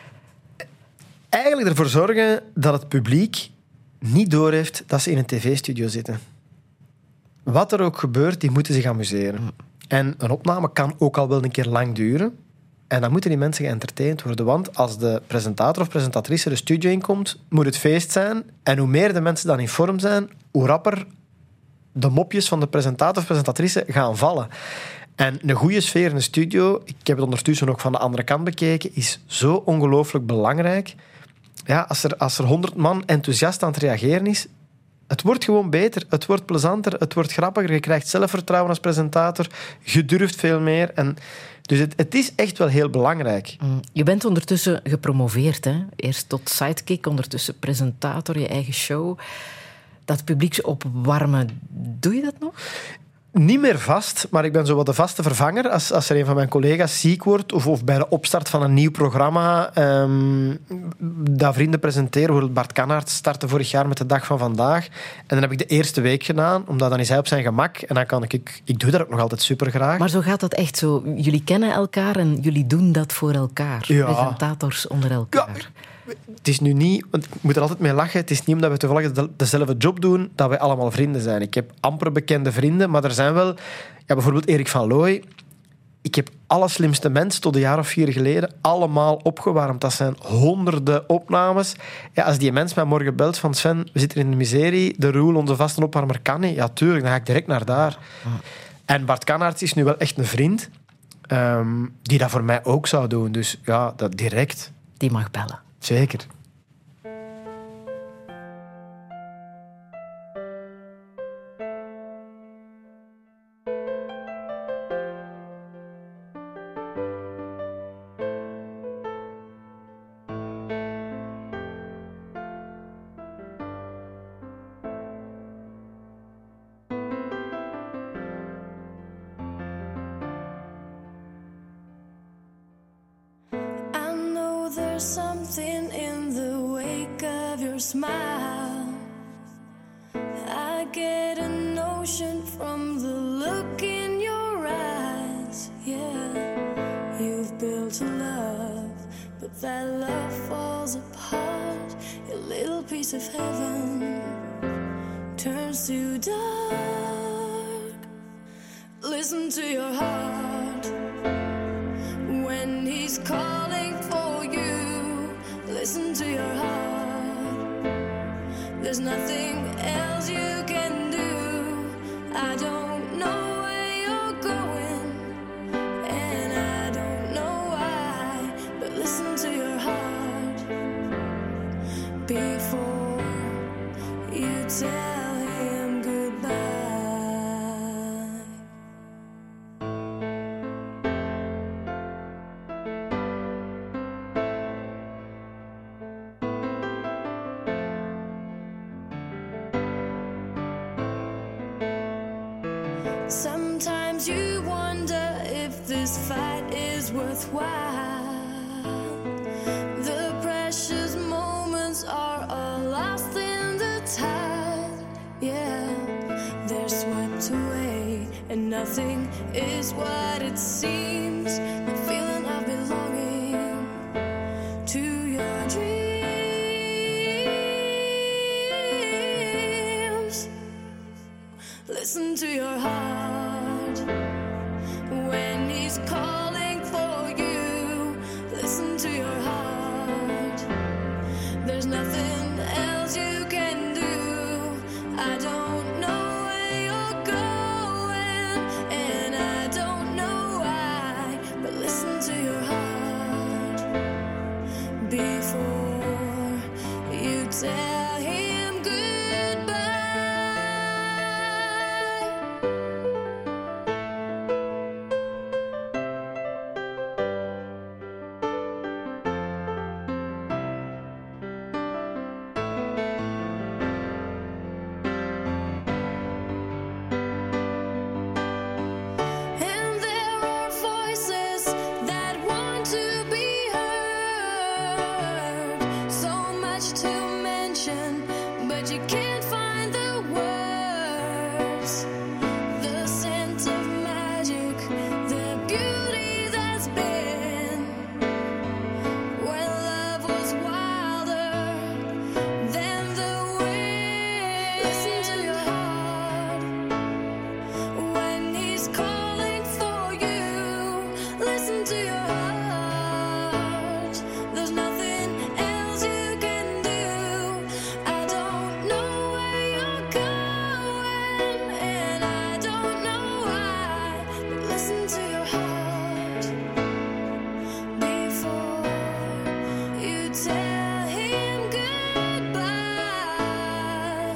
Eigenlijk ervoor zorgen dat het publiek niet doorheeft dat ze in een tv-studio zitten. Wat er ook gebeurt, die moeten zich amuseren. En een opname kan ook al wel een keer lang duren. En dan moeten die mensen geëntertained worden. Want als de presentator of presentatrice de studio inkomt, moet het feest zijn. En hoe meer de mensen dan in vorm zijn, hoe rapper de mopjes van de presentator of presentatrice gaan vallen. En een goede sfeer in de studio, ik heb het ondertussen ook van de andere kant bekeken, is zo ongelooflijk belangrijk. Ja, als er, als er honderd man enthousiast aan het reageren is, het wordt gewoon beter, het wordt plezanter, het wordt grappiger, je krijgt zelfvertrouwen als presentator, je durft veel meer. En dus het, het is echt wel heel belangrijk. Je bent ondertussen gepromoveerd, hè? Eerst tot sidekick, ondertussen presentator, je eigen show. Dat publieksopwarmen, doe je dat nog? Niet meer vast, maar ik ben zo wat de vaste vervanger. Als, als er een van mijn collega's ziek wordt of, of bij de opstart van een nieuw programma um, dat vrienden presenteren. Bijvoorbeeld Bart Kannaert startte vorig jaar met de dag van vandaag. En dan heb ik de eerste week gedaan, omdat dan is hij op zijn gemak. En dan kan ik... Ik, ik doe dat ook nog altijd super graag. Maar zo gaat dat echt zo. Jullie kennen elkaar en jullie doen dat voor elkaar. Ja. Presentators onder elkaar. Ja. Het is nu niet, want ik moet er altijd mee lachen, het is niet omdat we toevallig de, dezelfde job doen, dat wij allemaal vrienden zijn. Ik heb amper bekende vrienden, maar er zijn wel... Ja, bijvoorbeeld Erik van Looy. Ik heb alle slimste mensen tot een jaar of vier geleden allemaal opgewarmd. Dat zijn honderden opnames. Ja, als die mens mij morgen belt van Sven, we zitten in de miserie, de Roel, onze vaste opwarmer, kan niet. Ja, tuurlijk, dan ga ik direct naar daar. En Bart Kannaert is nu wel echt een vriend, um, die dat voor mij ook zou doen. Dus ja, dat direct. Die mag bellen. Zeker. There's something in the wake of your smile. I get a notion from the look in your eyes. Yeah, you've built a love, but that love falls apart. Your little piece of heaven turns to dark. Listen to your heart when he's calling for you. Listen to your heart. There's nothing else you can do. I don't know where you're going, and I don't know why, but listen to your heart before you tell him goodbye. Sometimes you wonder if this fight is worthwhile. The precious moments are all lost in the tide. Yeah, they're swept away, and nothing is what it seems. The feeling of belonging to your dreams. Listen to your heart when he's calling for you. Listen to your heart. There's nothing else you can do. I don't know where you're going, and I don't know why, but listen to your heart before you tell him goodbye. And there are voices that want to be heard. So much to mention, but you can't find the words. The scent of magic, the beauty that's been when love was wilder than the wind. Listen to your heart when he's calling for you. Listen to your heart. There's nothing else you can do. I don't know where you're going, and I don't know why, but listen to your heart before you tell him goodbye.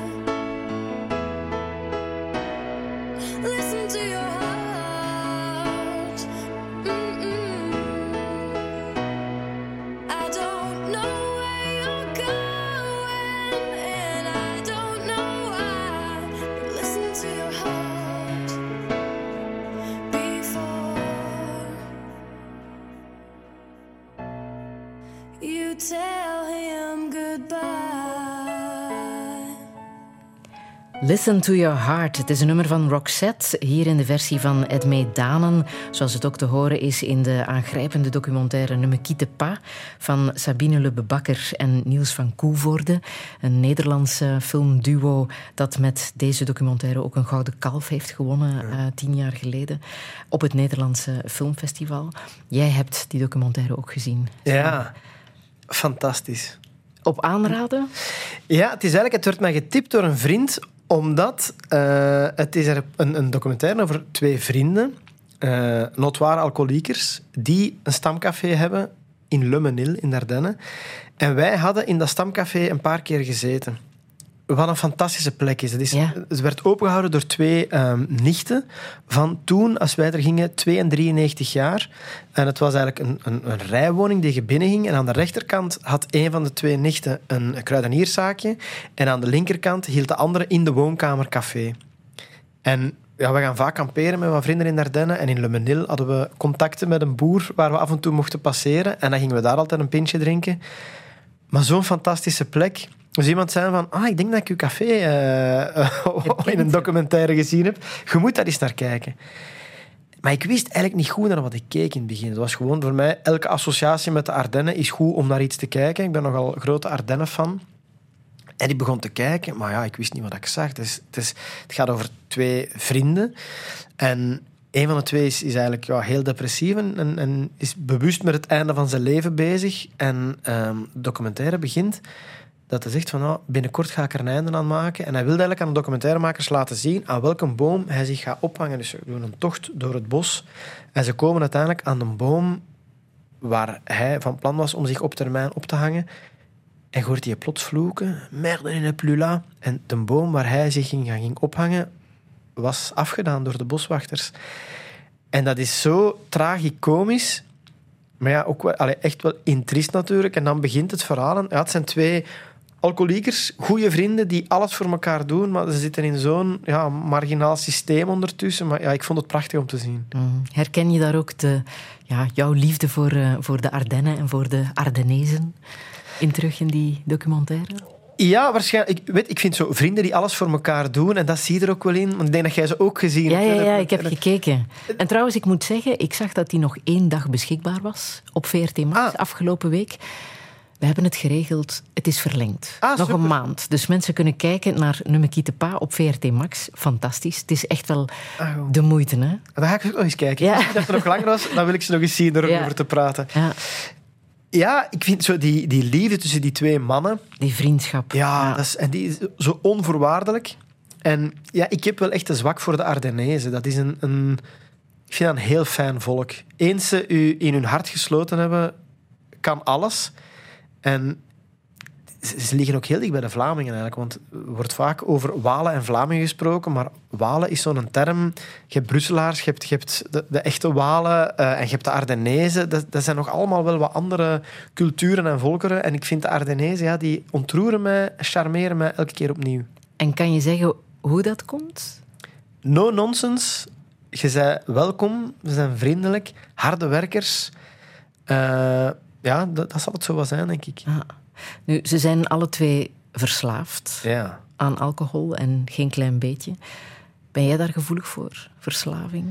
Listen to your heart. Mm-mm. I don't know where you're going, and I don't know why, but listen to your heart before you tell him goodbye. Listen to your heart. Het is een nummer van Roxette, hier in de versie van Edmé Danen, zoals het ook te horen is in de aangrijpende documentaire Ne me quitte pas van Sabine Lebbebakker en Niels van Koevoorde, een Nederlandse filmduo dat met deze documentaire ook een Gouden Kalf heeft gewonnen, ja. uh, tien jaar geleden, op het Nederlandse Filmfestival. Jij hebt die documentaire ook gezien. Ja, fantastisch. Op aanraden? Ja, het is eigenlijk, het werd mij getipt door een vriend, omdat uh, het is er een, een documentaire over twee vrienden, uh, notoire alcoholiekers, die een stamcafé hebben in Le Menil, in Dardenne. En wij hadden in dat stamcafé een paar keer gezeten. Wat een fantastische plek is. Het, is, Ja. het werd opengehouden door twee um, nichten van toen, als wij er gingen, twee en drieënnegentig jaar. En het was eigenlijk een, een, een rijwoning die je binnenging. En aan de rechterkant had een van de twee nichten een kruidenierszaakje. En aan de linkerkant hield de andere in de woonkamer café. En ja, we gaan vaak kamperen met wat vrienden in Dardenne. En in Le Menil hadden we contacten met een boer waar we af en toe mochten passeren. En dan gingen we daar altijd een pintje drinken. Maar zo'n fantastische plek. Dus iemand zei van, ah, ik denk dat ik uw café uh, in een documentaire gezien heb. Je moet daar eens naar kijken. Maar ik wist eigenlijk niet goed naar wat ik keek in het begin. Het was gewoon voor mij, elke associatie met de Ardennen is goed om naar iets te kijken. Ik ben nogal een grote Ardennen-fan. En ik begon te kijken, maar ja, ik wist niet wat ik zag. Het, is, het, is, het gaat over twee vrienden. En een van de twee is, is eigenlijk ja, heel depressief en, en is bewust met het einde van zijn leven bezig. En um, de documentaire begint dat hij zegt van, nou, binnenkort ga ik er een einde aan maken. En hij wilde eigenlijk aan de documentairemakers laten zien aan welke boom hij zich gaat ophangen. Dus ze doen een tocht door het bos. En ze komen uiteindelijk aan de boom waar hij van plan was om zich op termijn op te hangen. En hoort hij plots vloeken. Merde in het plus là. En de boom waar hij zich ging, ging ophangen was afgedaan door de boswachters. En dat is zo tragicomisch. Maar ja, ook wel, allee, echt wel intriest natuurlijk. En dan begint het verhaal. Ja, het zijn twee alcoholiekers, goede vrienden die alles voor elkaar doen, maar ze zitten in zo'n ja, marginaal systeem ondertussen. Maar ja, ik vond het prachtig om te zien. Mm. Herken je daar ook de, ja, jouw liefde voor, uh, voor de Ardennen en voor de Ardennezen in terug in die documentaire? Ja, waarschijnlijk. Ik, weet, ik vind zo vrienden die alles voor elkaar doen, en dat zie je er ook wel in. Want ik denk dat jij ze ook gezien hebt. Ja, ja, ja, ik heb dat... gekeken. En trouwens, ik moet zeggen, ik zag dat die nog één dag beschikbaar was op V R T Max ah. afgelopen week. We hebben het geregeld, het is verlengd. Ah, nog super. Een maand. Dus mensen kunnen kijken naar Ne me quitte pas op V R T Max. Fantastisch. Het is echt wel ah, de moeite, hè? Dan ga ik ook nog eens kijken. Ja. Als het nog langer was, dan wil ik ze nog eens zien erover ja. te praten. Ja. Ja, ik vind zo die, die liefde tussen die twee mannen... Die vriendschap. Ja, ja. Dat is, en die is zo onvoorwaardelijk. En ja, ik heb wel echt een zwak voor de Ardennezen. Dat is een... een ik vind dat een heel fijn volk. Eens ze u in hun hart gesloten hebben, kan alles... En ze liggen ook heel dicht bij de Vlamingen eigenlijk, want er wordt vaak over Walen en Vlamingen gesproken, maar Walen is zo'n term. Je hebt Brusselaars, je hebt, je hebt de, de echte Walen uh, en je hebt de Ardennezen. Dat, dat zijn nog allemaal wel wat andere culturen en volkeren. En ik vind de Ardennezen, ja, die ontroeren mij, charmeren mij elke keer opnieuw. En kan je zeggen hoe dat komt? No nonsense. Je bent welkom, ze zijn vriendelijk, harde werkers... Uh, Ja, dat, dat zal het zo wel zijn, denk ik. Ah. Nu, ze zijn alle twee verslaafd ja. aan alcohol en geen klein beetje. Ben jij daar gevoelig voor, verslaving?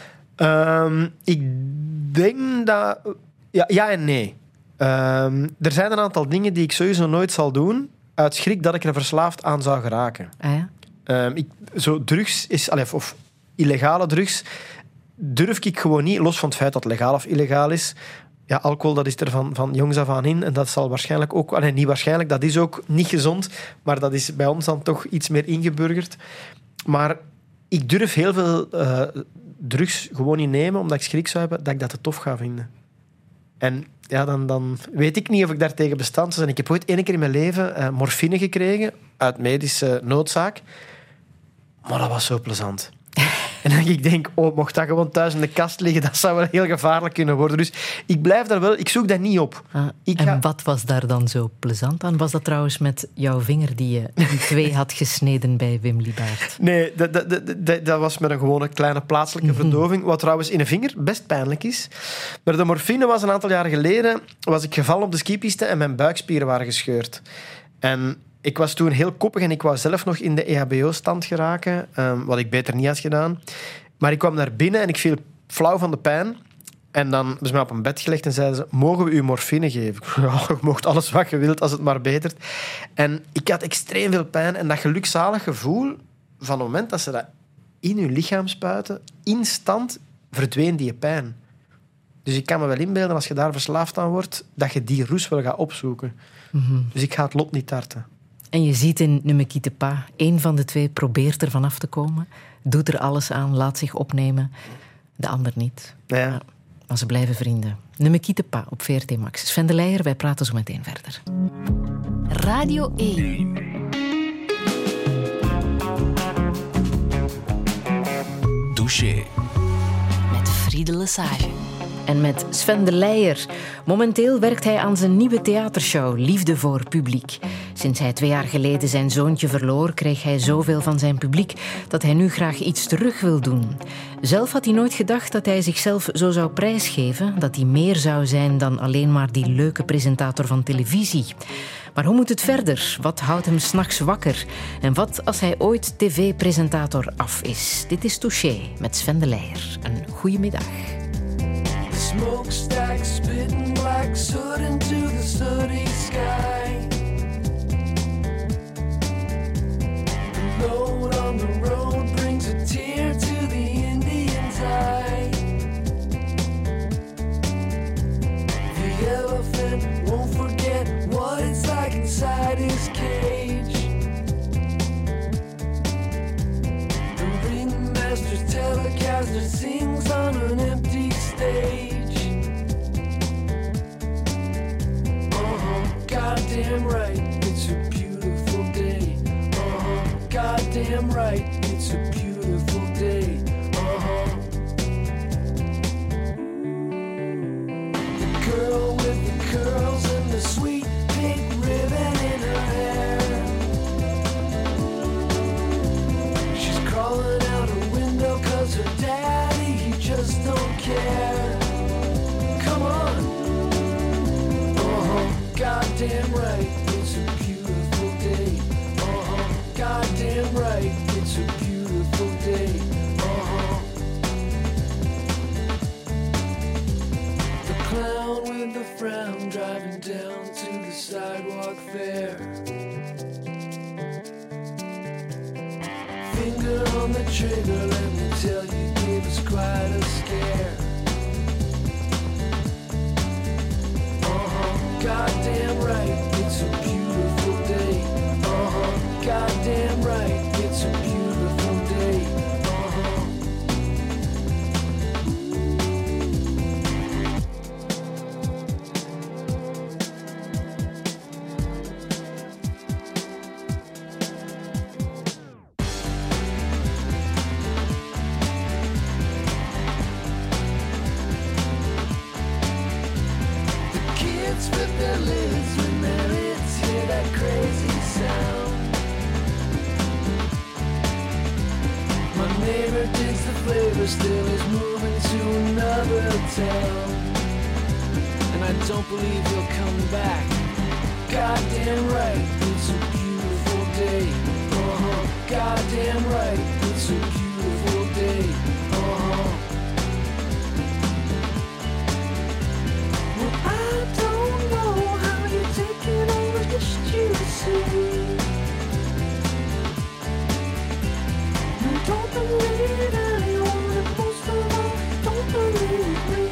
Um, ik denk dat... Ja, ja en nee. Um, er zijn een aantal dingen die ik sowieso nooit zal doen, uit schrik dat ik er verslaafd aan zou geraken. Ah, ja? um, ik, zo drugs is... Allez, of illegale drugs durf ik gewoon niet, los van het feit dat het legaal of illegaal is... Ja, alcohol, dat is er van, van jongs af aan in. En dat zal waarschijnlijk ook... Nee, niet waarschijnlijk, dat is ook niet gezond. Maar dat is bij ons dan toch iets meer ingeburgerd. Maar ik durf heel veel uh, drugs gewoon niet nemen, omdat ik schrik zou hebben dat ik dat te tof ga vinden. En ja, dan, dan weet ik niet of ik daartegen bestand zou zijn. Ik heb ooit één keer in mijn leven uh, morfine gekregen, uit medische noodzaak. Maar dat was zo plezant. En dan ik denk, oh, mocht dat gewoon thuis in de kast liggen, dat zou wel heel gevaarlijk kunnen worden. Dus ik blijf daar wel, ik zoek dat niet op. Ah, ik en ga... wat was daar dan zo plezant aan? Was dat trouwens met jouw vinger die je in twee had gesneden bij Wim Liebaert? Nee, dat, dat, dat, dat, dat was met een gewone kleine plaatselijke verdoving, wat trouwens in een vinger best pijnlijk is. Maar de morfine was een aantal jaren geleden, was ik gevallen op de skipiste en mijn buikspieren waren gescheurd. En... Ik was toen heel koppig en ik wou zelf nog in de E H B O-stand geraken, um, wat ik beter niet had gedaan. Maar ik kwam daar binnen en ik viel flauw van de pijn. En dan hebben ze mij op een bed gelegd en zeiden ze, mogen we u morfine geven? Ja, je mocht alles wat je wilt als het maar betert. En ik had extreem veel pijn en dat gelukzalig gevoel, van het moment dat ze dat in je lichaam spuiten, instant verdween die pijn. Dus ik kan me wel inbeelden, als je daar verslaafd aan wordt, dat je die roes wel gaat opzoeken. Mm-hmm. Dus ik ga het lot niet tarten. En je ziet in Ne me quitte pas, één van de twee probeert er vanaf te komen, doet er alles aan, laat zich opnemen. De ander niet. Ja. Ja, maar ze blijven vrienden. Ne me quitte pas op V R T Max. Sven de Leijer, wij praten zo meteen verder. Radio één. Douché. Met Friede Lesage. En met Sven de Leijer. Momenteel werkt hij aan zijn nieuwe theatershow Liefde voor Publiek. Sinds hij twee jaar geleden zijn zoontje verloor, kreeg hij zoveel van zijn publiek dat hij nu graag iets terug wil doen. Zelf had hij nooit gedacht dat hij zichzelf zo zou prijsgeven, dat hij meer zou zijn dan alleen maar die leuke presentator van televisie. Maar hoe moet het verder? Wat houdt hem 's nachts wakker? En wat als hij ooit tv-presentator af is? Dit is Touché met Sven de Leijer. Een goede middag. Smokestack spitting black soot into the sooty sky. The load on the road brings a tear to the Indian's eye. The elephant won't forget what it's like inside his cage. The ringmaster's telecaster sings on an empty stage. Goddamn right, it's a beautiful day. Uh-huh. Goddamn right, it's a beautiful day. Uh-huh. The girl with the curls and the sweet pink ribbon in her hair. frown driving down to the sidewalk there. Finger on the trigger, let me tell you, gave us quite a scare. Uh-huh, goddamn right, it's a beautiful day. Uh-huh, goddamn right, it's a beautiful day. Uh-huh. With their lids when their lids hear that crazy sound. My neighbor digs the flavor, still is moving to another town. And I don't believe he'll come back. Goddamn right, it's a beautiful day. Uh-huh, goddamn right, it's a beautiful day. Uh-huh. Well, I don't know how you're taking all of this juicy. No, don't believe anyone, and most of all, don't believe me.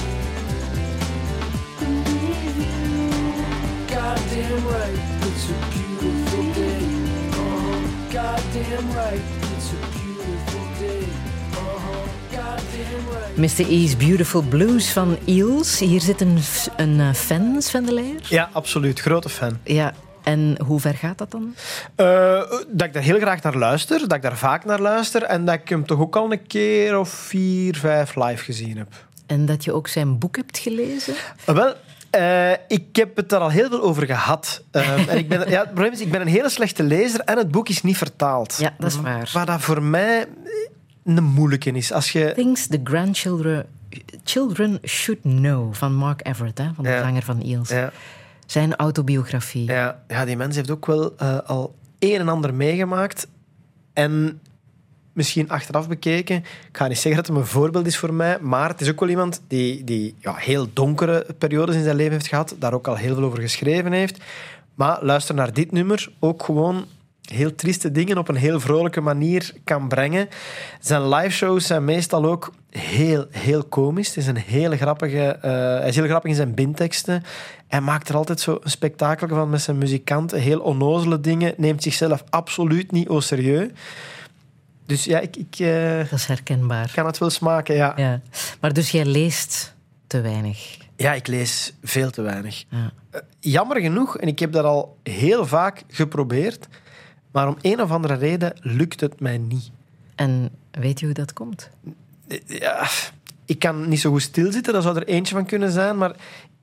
Believe you. Goddamn right, it's a beautiful day. Uh-huh. Goddamn right, it's a beautiful day. Uh-huh. Goddamn right. mister E's Beautiful Blues van Eels. Hier zit een, een uh, fan, Sven de Leijer. Ja, absoluut. Grote fan. Ja, en hoe ver gaat dat dan? Uh, dat ik daar heel graag naar luister, dat ik daar vaak naar luister en dat ik hem toch ook al een keer of vier, vijf live gezien heb. En dat je ook zijn boek hebt gelezen? Uh, wel, uh, ik heb het daar al heel veel over gehad. Uh, en ik ben, ja, het probleem is, ik ben een hele slechte lezer en het boek is niet vertaald. Ja, dat is waar. Waar dat voor mij een moeilijke is. Als je... Things the Grandchildren Children Should Know van Mark Everett, hè, van de Ja. zanger van Eels. Ja. Zijn autobiografie. Ja, ja, die mens heeft ook wel uh, al een en ander meegemaakt. En misschien achteraf bekeken, ik ga niet zeggen dat het een voorbeeld is voor mij, maar het is ook wel iemand die, die ja, heel donkere periodes in zijn leven heeft gehad, daar ook al heel veel over geschreven heeft. Maar luister naar dit nummer, ook gewoon heel trieste dingen op een heel vrolijke manier kan brengen. Zijn liveshows zijn meestal ook heel, heel komisch. Het is een hele grappige, uh, hij is heel grappig in zijn binteksten. Hij maakt er altijd zo een spektakel van met zijn muzikanten. Heel onnozele dingen. Neemt zichzelf absoluut niet au serieus. Dus ja, ik, ik uh, Dat is herkenbaar. kan het wel smaken, ja. Ja. Maar dus jij leest te weinig. Ja, ik lees veel te weinig. Ja. Uh, jammer genoeg, en ik heb dat al heel vaak geprobeerd, maar om een of andere reden lukt het mij niet. En weet je hoe dat komt? Ja, ik kan niet zo goed stilzitten, daar zou er eentje van kunnen zijn, maar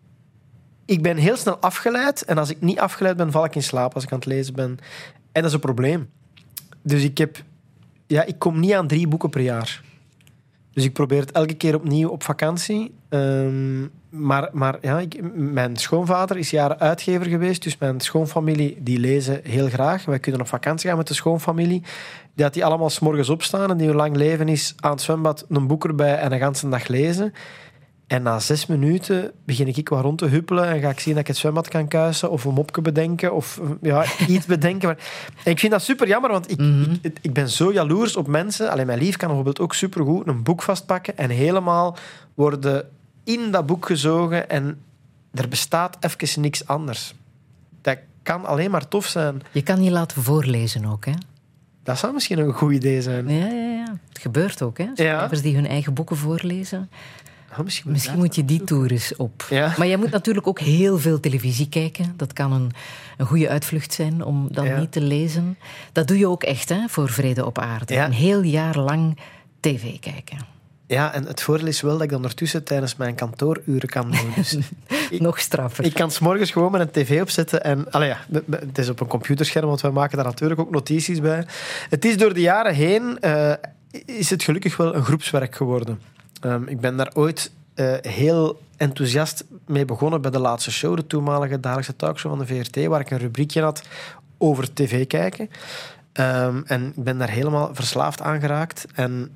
ik ben heel snel afgeleid en als ik niet afgeleid ben, val ik in slaap als ik aan het lezen ben. En dat is een probleem. Dus ik heb... Ja, ik kom niet aan drie boeken per jaar. Dus ik probeer het elke keer opnieuw op vakantie. Um, maar maar ja, ik, mijn schoonvader is jaren uitgever geweest, dus mijn schoonfamilie die lezen heel graag. Wij kunnen op vakantie gaan met de schoonfamilie. Die had die allemaal 's morgens opstaan en die hun lang leven is aan het zwembad een boek erbij en een ganse dag lezen. En na zes minuten begin ik wat rond te huppelen en ga ik zien dat ik het zwembad kan kuisen of een mopje bedenken of ja, iets bedenken. Maar, en ik vind dat super jammer, want ik, mm-hmm. ik, ik ben zo jaloers op mensen. Alleen mijn lief kan bijvoorbeeld ook supergoed een boek vastpakken en helemaal worden in dat boek gezogen en er bestaat even niks anders. Dat kan alleen maar tof zijn. Je kan je laten voorlezen ook, hè? Dat zou misschien een goed idee zijn. Ja, ja, ja. Het gebeurt ook, hè? Schrijvers ja. die hun eigen boeken voorlezen. Oh, misschien moet, misschien moet je die toer eens op. Ja. Maar je moet natuurlijk ook heel veel televisie kijken. Dat kan een, een goede uitvlucht zijn om dan ja. niet te lezen. Dat doe je ook echt, hè, voor Vrede op Aarde. Ja. Een heel jaar lang tv kijken. Ja, en het voordeel is wel dat ik dat ondertussen tijdens mijn kantooruren kan doen. Dus ik, nog straffer. Ik kan 's morgens gewoon met een tv opzetten. En, allee, ja, het is op een computerscherm, want wij maken daar natuurlijk ook notities bij. Het is door de jaren heen... Uh, is het gelukkig wel een groepswerk geworden. Um, ik ben daar ooit uh, heel enthousiast mee begonnen bij de laatste show, de toenmalige dagelijkse talkshow van de V R T, waar ik een rubriekje had over tv kijken. Um, en ik ben daar helemaal verslaafd aan geraakt. En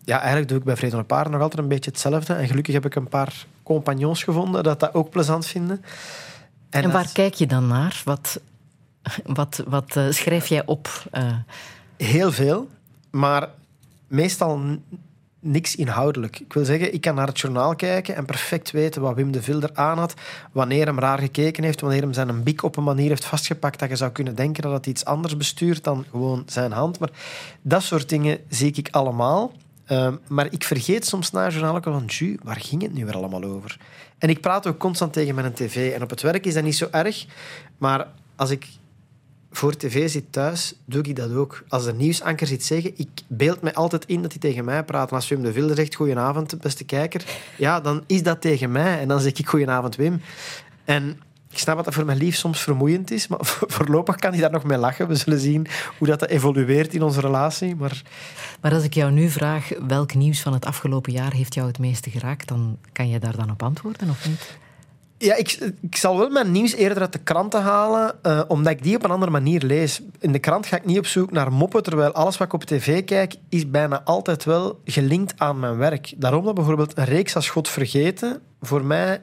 ja, eigenlijk doe ik bij Vrede op Aarde nog altijd een beetje hetzelfde. En gelukkig heb ik een paar compagnons gevonden dat dat ook plezant vinden. En, en waar dat... kijk je dan naar? Wat, wat, wat uh, schrijf jij op? Uh... Heel veel, maar meestal n- niks inhoudelijk. Ik wil zeggen, ik kan naar het journaal kijken en perfect weten wat Wim de Vilder aan had, wanneer hem raar gekeken heeft, wanneer hem zijn bik op een manier heeft vastgepakt dat je zou kunnen denken dat het iets anders bestuurt dan gewoon zijn hand. Maar dat soort dingen zie ik allemaal. Uh, maar ik vergeet soms na het journaal ook van, ju, waar ging het nu weer allemaal over? En ik praat ook constant tegen mijn tv. En op het werk is dat niet zo erg, maar als ik voor tv zit thuis, doe ik dat ook. Als de nieuwsanker iets zeggen, ik beeld mij altijd in dat hij tegen mij praat. En als Wim de Vilder zegt, goedenavond, beste kijker, ja, dan is dat tegen mij. En dan zeg ik, goedenavond, Wim. En ik snap dat dat voor mijn lief soms vermoeiend is, maar voorlopig kan hij daar nog mee lachen. We zullen zien hoe dat evolueert in onze relatie. Maar... maar als ik jou nu vraag, welk nieuws van het afgelopen jaar heeft jou het meeste geraakt, dan kan je daar dan op antwoorden, of niet? Ja, ik, ik zal wel mijn nieuws eerder uit de kranten halen, uh, omdat ik die op een andere manier lees. In de krant ga ik niet op zoek naar moppen, terwijl alles wat ik op tv kijk, is bijna altijd wel gelinkt aan mijn werk. Daarom dat bijvoorbeeld een reeks als God Vergeten voor mij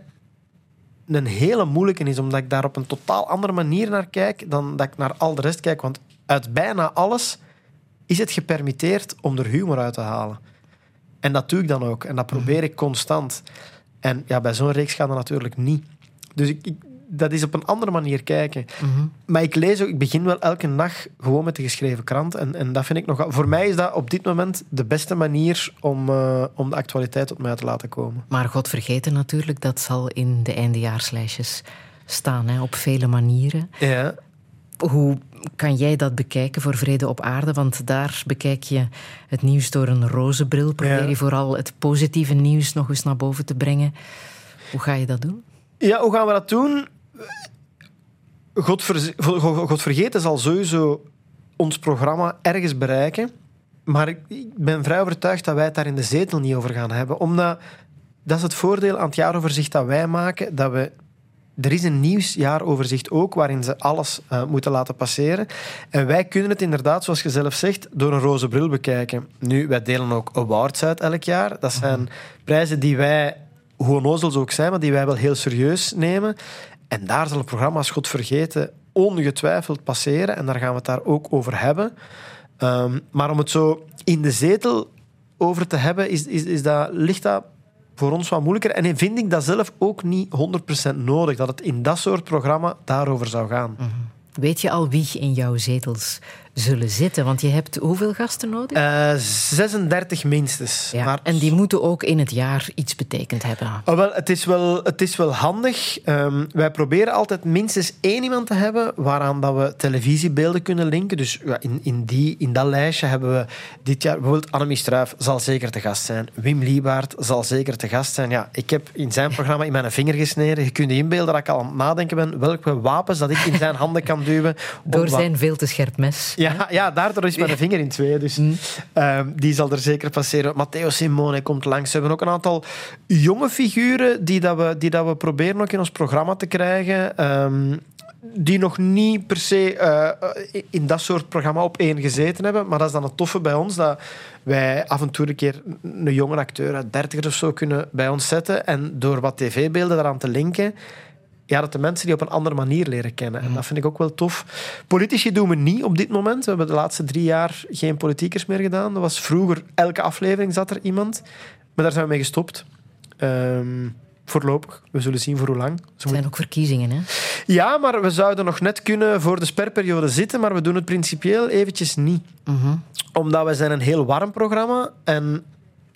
een hele moeilijke is, omdat ik daar op een totaal andere manier naar kijk dan dat ik naar al de rest kijk. Want uit bijna alles is het gepermitteerd om er humor uit te halen. En dat doe ik dan ook. En dat probeer ik constant. En ja, bij zo'n reeks gaat dat natuurlijk niet. Dus ik, ik, dat is op een andere manier kijken. Mm-hmm. Maar ik lees ook, ik begin wel elke dag gewoon met de geschreven krant. En, en dat vind ik nog... Voor mij is dat op dit moment de beste manier om, uh, om de actualiteit tot mij te laten komen. Maar God Vergeten natuurlijk, dat zal in de eindejaarslijstjes staan, hè, op vele manieren. Ja. Hoe kan jij dat bekijken voor Vrede op Aarde? Want daar bekijk je het nieuws door een roze bril. Probeer je ja. vooral het positieve nieuws nog eens naar boven te brengen. Hoe ga je dat doen? Ja, hoe gaan we dat doen? God, Ver... God Vergeten zal sowieso ons programma ergens bereiken. Maar ik ben vrij overtuigd dat wij het daar in de zetel niet over gaan hebben. Omdat, dat is het voordeel aan het jaaroverzicht dat wij maken, dat we... Er is een nieuwsjaaroverzicht ook, waarin ze alles uh, moeten laten passeren. En wij kunnen het inderdaad, zoals je zelf zegt, door een roze bril bekijken. Nu, wij delen ook awards uit elk jaar. Dat zijn mm-hmm. prijzen die wij, hoe onnozel ze ook zijn, maar die wij wel heel serieus nemen. En daar zal het programma als God Vergeten ongetwijfeld passeren. En daar gaan we het daar ook over hebben. Um, maar om het zo in de zetel over te hebben, is, is, is dat, ligt dat voor ons wat moeilijker. En vind ik dat zelf ook niet honderd procent nodig, dat het in dat soort programma daarover zou gaan. Mm-hmm. Weet je al wie in jouw zetels zullen zitten? Want je hebt hoeveel gasten nodig? Uh, zesendertig minstens. Ja, maar... En die moeten ook in het jaar iets betekend hebben. Oh, wel, het, is wel, het is wel handig. Um, wij proberen altijd minstens één iemand te hebben waaraan dat we televisiebeelden kunnen linken. Dus ja, in, in, die, in dat lijstje hebben we dit jaar... Bijvoorbeeld Annemie Struijf zal zeker te gast zijn. Wim Liebaert zal zeker te gast zijn. Ja, ik heb in zijn programma in mijn vinger gesneden. Je kunt je inbeelden dat ik al aan het nadenken ben welke wapens dat ik in zijn handen kan duwen. Door zijn veel te scherp mes. Ja, ja, daardoor is mijn vinger in twee. Dus mm. uh, die zal er zeker passeren. Matteo Simone komt langs. We hebben ook een aantal jonge figuren die, dat we, die dat we proberen ook in ons programma te krijgen. Um, die nog niet per se uh, in dat soort programma op één gezeten hebben. Maar dat is dan het toffe bij ons, dat wij af en toe een keer een jonge acteur uit dertig of zo kunnen bij ons zetten. En door wat tv-beelden daaraan te linken, ja, dat de mensen die op een andere manier leren kennen. En dat vind ik ook wel tof. Politici doen we niet op dit moment. We hebben de laatste drie jaar geen politiekers meer gedaan. Dat was vroeger, elke aflevering zat er iemand. Maar daar zijn we mee gestopt. Um, voorlopig. We zullen zien voor hoe lang. Het zijn ook verkiezingen, hè? Ja, maar we zouden nog net kunnen voor de sperperiode zitten, maar we doen het principieel eventjes niet. Uh-huh. Omdat we zijn een heel warm programma en...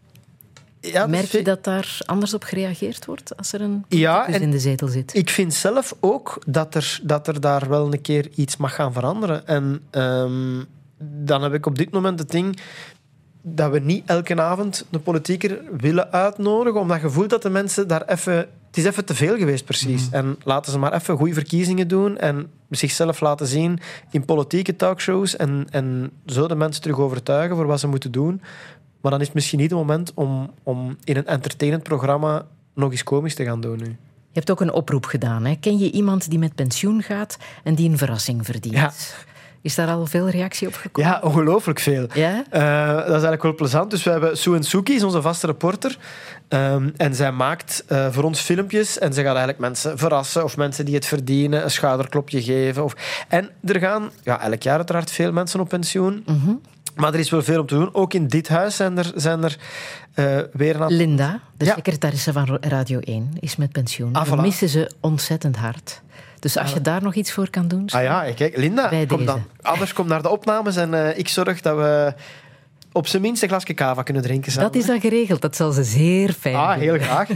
Ja, merk je dat daar anders op gereageerd wordt als er een ja, politicus in de zetel zit? Ik vind zelf ook dat er, dat er daar wel een keer iets mag gaan veranderen. En um, dan heb ik op dit moment het ding dat we niet elke avond een politieker willen uitnodigen, omdat je voelt dat de mensen daar even... Het is even te veel geweest, precies. Mm. En laten ze maar even goede verkiezingen doen en zichzelf laten zien in politieke talkshows en, en zo de mensen terug overtuigen voor wat ze moeten doen. Maar dan is het misschien niet het moment om, om in een entertainend programma nog eens komisch te gaan doen nu. Je hebt ook een oproep gedaan. Hè? Ken je iemand die met pensioen gaat en die een verrassing verdient? Ja. Is daar al veel reactie op gekomen? Ja, ongelooflijk veel. Ja? Uh, dat is eigenlijk wel plezant. Dus we hebben Sue en Suki, is onze vaste reporter. Um, en zij maakt uh, voor ons filmpjes. En ze gaat eigenlijk mensen verrassen of mensen die het verdienen een schouderklopje geven. Of... En er gaan ja, elk jaar uiteraard veel mensen op pensioen. Mm-hmm. Maar er is wel veel om te doen. Ook in dit huis zijn er, zijn er uh, weer een... Linda, de ja. secretaresse van Radio één, is met pensioen. Ah, voilà. We missen ze ontzettend hard. Dus als je daar nog iets voor kan doen... Ah ja, kijk, Linda, kom dan. Anders kom naar de opnames en uh, ik zorg dat we op zijn minst een glasje cava kunnen drinken samen. Dat is dan geregeld. Dat zal ze zeer fijn Ah, vinden. heel graag.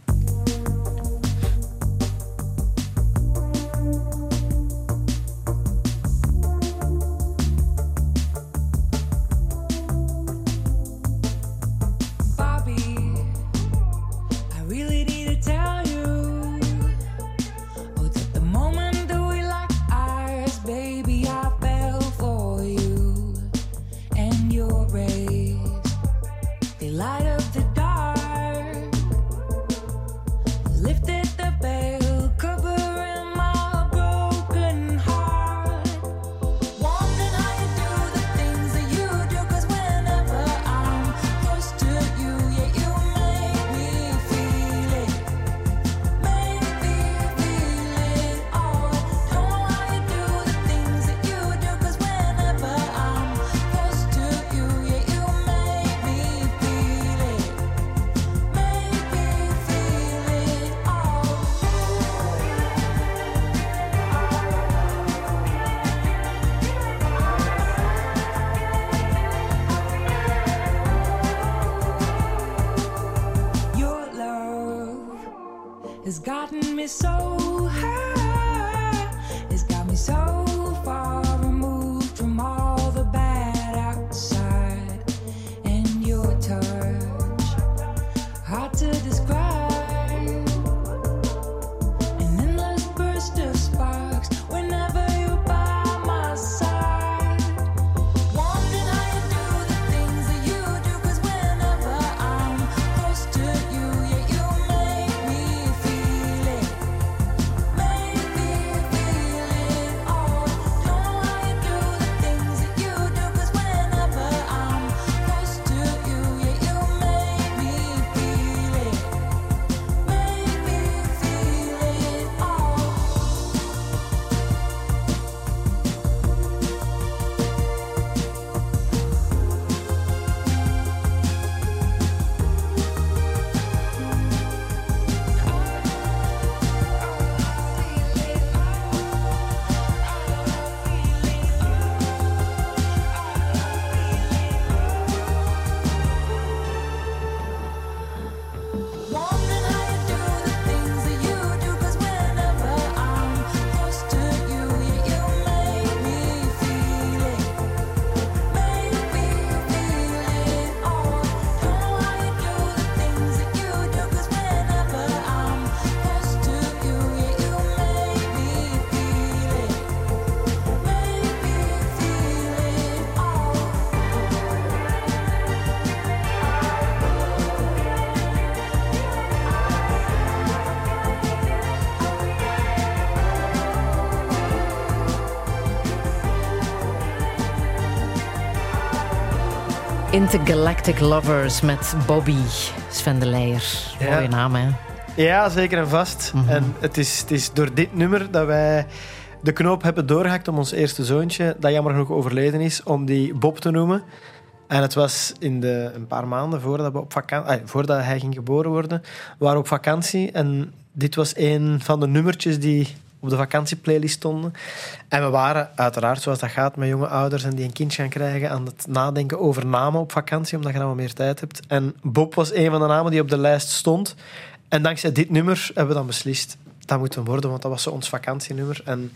Intergalactic Lovers met Bobby, Sven de Leijer. Ja. Mooie naam, hè? Ja, zeker en vast. Mm-hmm. En het is, het is door dit nummer dat wij de knoop hebben doorgehakt om ons eerste zoontje, dat jammer genoeg overleden is, om die Bob te noemen. En het was in de, een paar maanden voordat, we op vakantie, ah, voordat hij ging geboren worden, we waren op vakantie. En dit was een van de nummertjes die op de vakantieplaylist stonden. En we waren uiteraard, zoals dat gaat met jonge ouders en die een kind gaan krijgen, aan het nadenken over namen op vakantie, omdat je dan wat meer tijd hebt. En Bob was een van de namen die op de lijst stond. En dankzij dit nummer hebben we dan beslist, dat moet hem worden, want dat was zo ons vakantienummer. En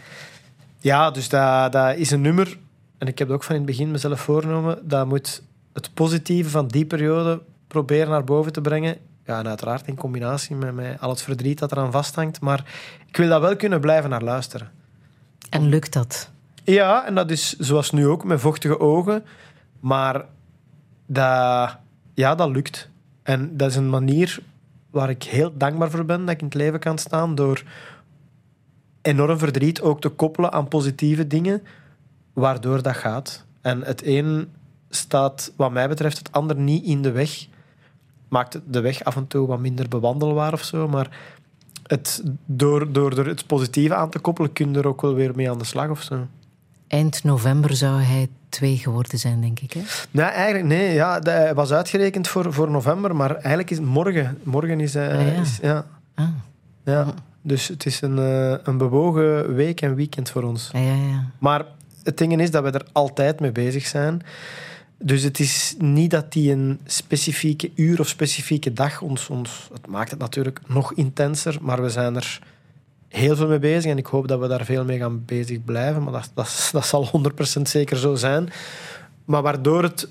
ja, dus dat, dat is een nummer, en ik heb het ook van in het begin mezelf voorgenomen, dat moet het positieve van die periode proberen naar boven te brengen. Ja, en uiteraard in combinatie met, met al het verdriet dat eraan vasthangt. Maar ik wil dat wel kunnen blijven naar luisteren. En lukt dat? Ja, en dat is zoals nu ook, met vochtige ogen. Maar dat, ja, dat lukt. En dat is een manier waar ik heel dankbaar voor ben, dat ik in het leven kan staan, door enorm verdriet ook te koppelen aan positieve dingen, waardoor dat gaat. En het een staat, wat mij betreft, het ander niet in de weg. Maakt de weg af en toe wat minder bewandelbaar of zo, maar het, door, door er het positieve aan te koppelen, kun je er ook wel weer mee aan de slag of zo. Eind november zou hij twee geworden zijn, denk ik. Hè? Nee, eigenlijk, nee, ja, hij was uitgerekend voor, voor november, maar eigenlijk is het morgen. Morgen is hij... Ah, ja. Is, ja. Ah. Ja. Dus het is een, uh, een bewogen week en weekend voor ons. Ja, ja, ja. Maar het ding is dat we er altijd mee bezig zijn. Dus het is niet dat die een specifieke uur of specifieke dag ons... ons het maakt het natuurlijk nog intenser, maar we zijn er heel veel mee bezig. En ik hoop dat we daar veel mee gaan bezig blijven. Maar dat, dat, dat zal honderd procent zeker zo zijn. Maar waardoor het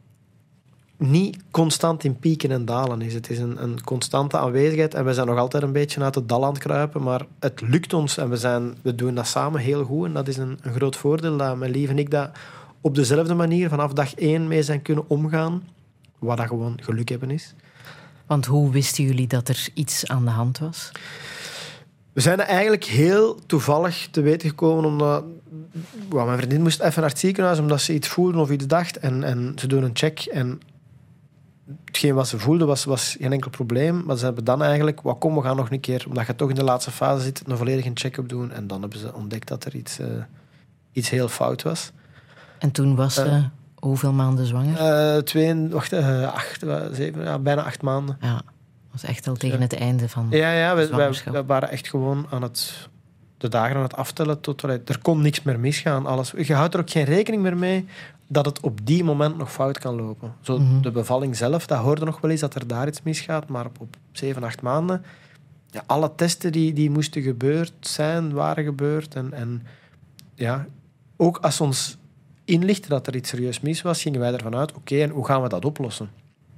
niet constant in pieken en dalen is. Het is een, een constante aanwezigheid. En we zijn nog altijd een beetje uit het dal aan het kruipen. Maar het lukt ons en we, zijn, we doen dat samen heel goed. En dat is een, een groot voordeel dat mijn lief en ik dat op dezelfde manier vanaf dag één mee zijn kunnen omgaan. Wat dat gewoon geluk hebben is. Want hoe wisten jullie dat er iets aan de hand was? We zijn er eigenlijk heel toevallig te weten gekomen omdat... Well, mijn vriendin moest even naar het ziekenhuis omdat ze iets voelde of iets dacht. En, en ze doen een check en hetgeen wat ze voelde was, was geen enkel probleem. Maar ze hebben dan eigenlijk... Well, kom, we gaan nog een keer, omdat je toch in de laatste fase zit, een volledige check-up doen. En dan hebben ze ontdekt dat er iets, uh, iets heel fout was. En toen was ze uh, hoeveel maanden zwanger? Uh, twee, wacht, uh, acht, uh, zeven, ja, bijna acht maanden. Ja, dat was echt al tegen het einde van Ja, ja de we, zwangerschap. we, we waren echt gewoon aan het... de dagen aan het aftellen. Tot, er kon niks meer misgaan. Alles. Je houdt er ook geen rekening meer mee dat het op die moment nog fout kan lopen. Zo, Mm-hmm. de bevalling zelf, dat hoorde nog wel eens dat er daar iets misgaat. Maar op, op zeven, acht maanden... Ja, alle testen die, die moesten gebeurd zijn, waren gebeurd. En, en ja, ook als ons inlichtte dat er iets serieus mis was, gingen wij ervan uit, oké, okay, en hoe gaan we dat oplossen?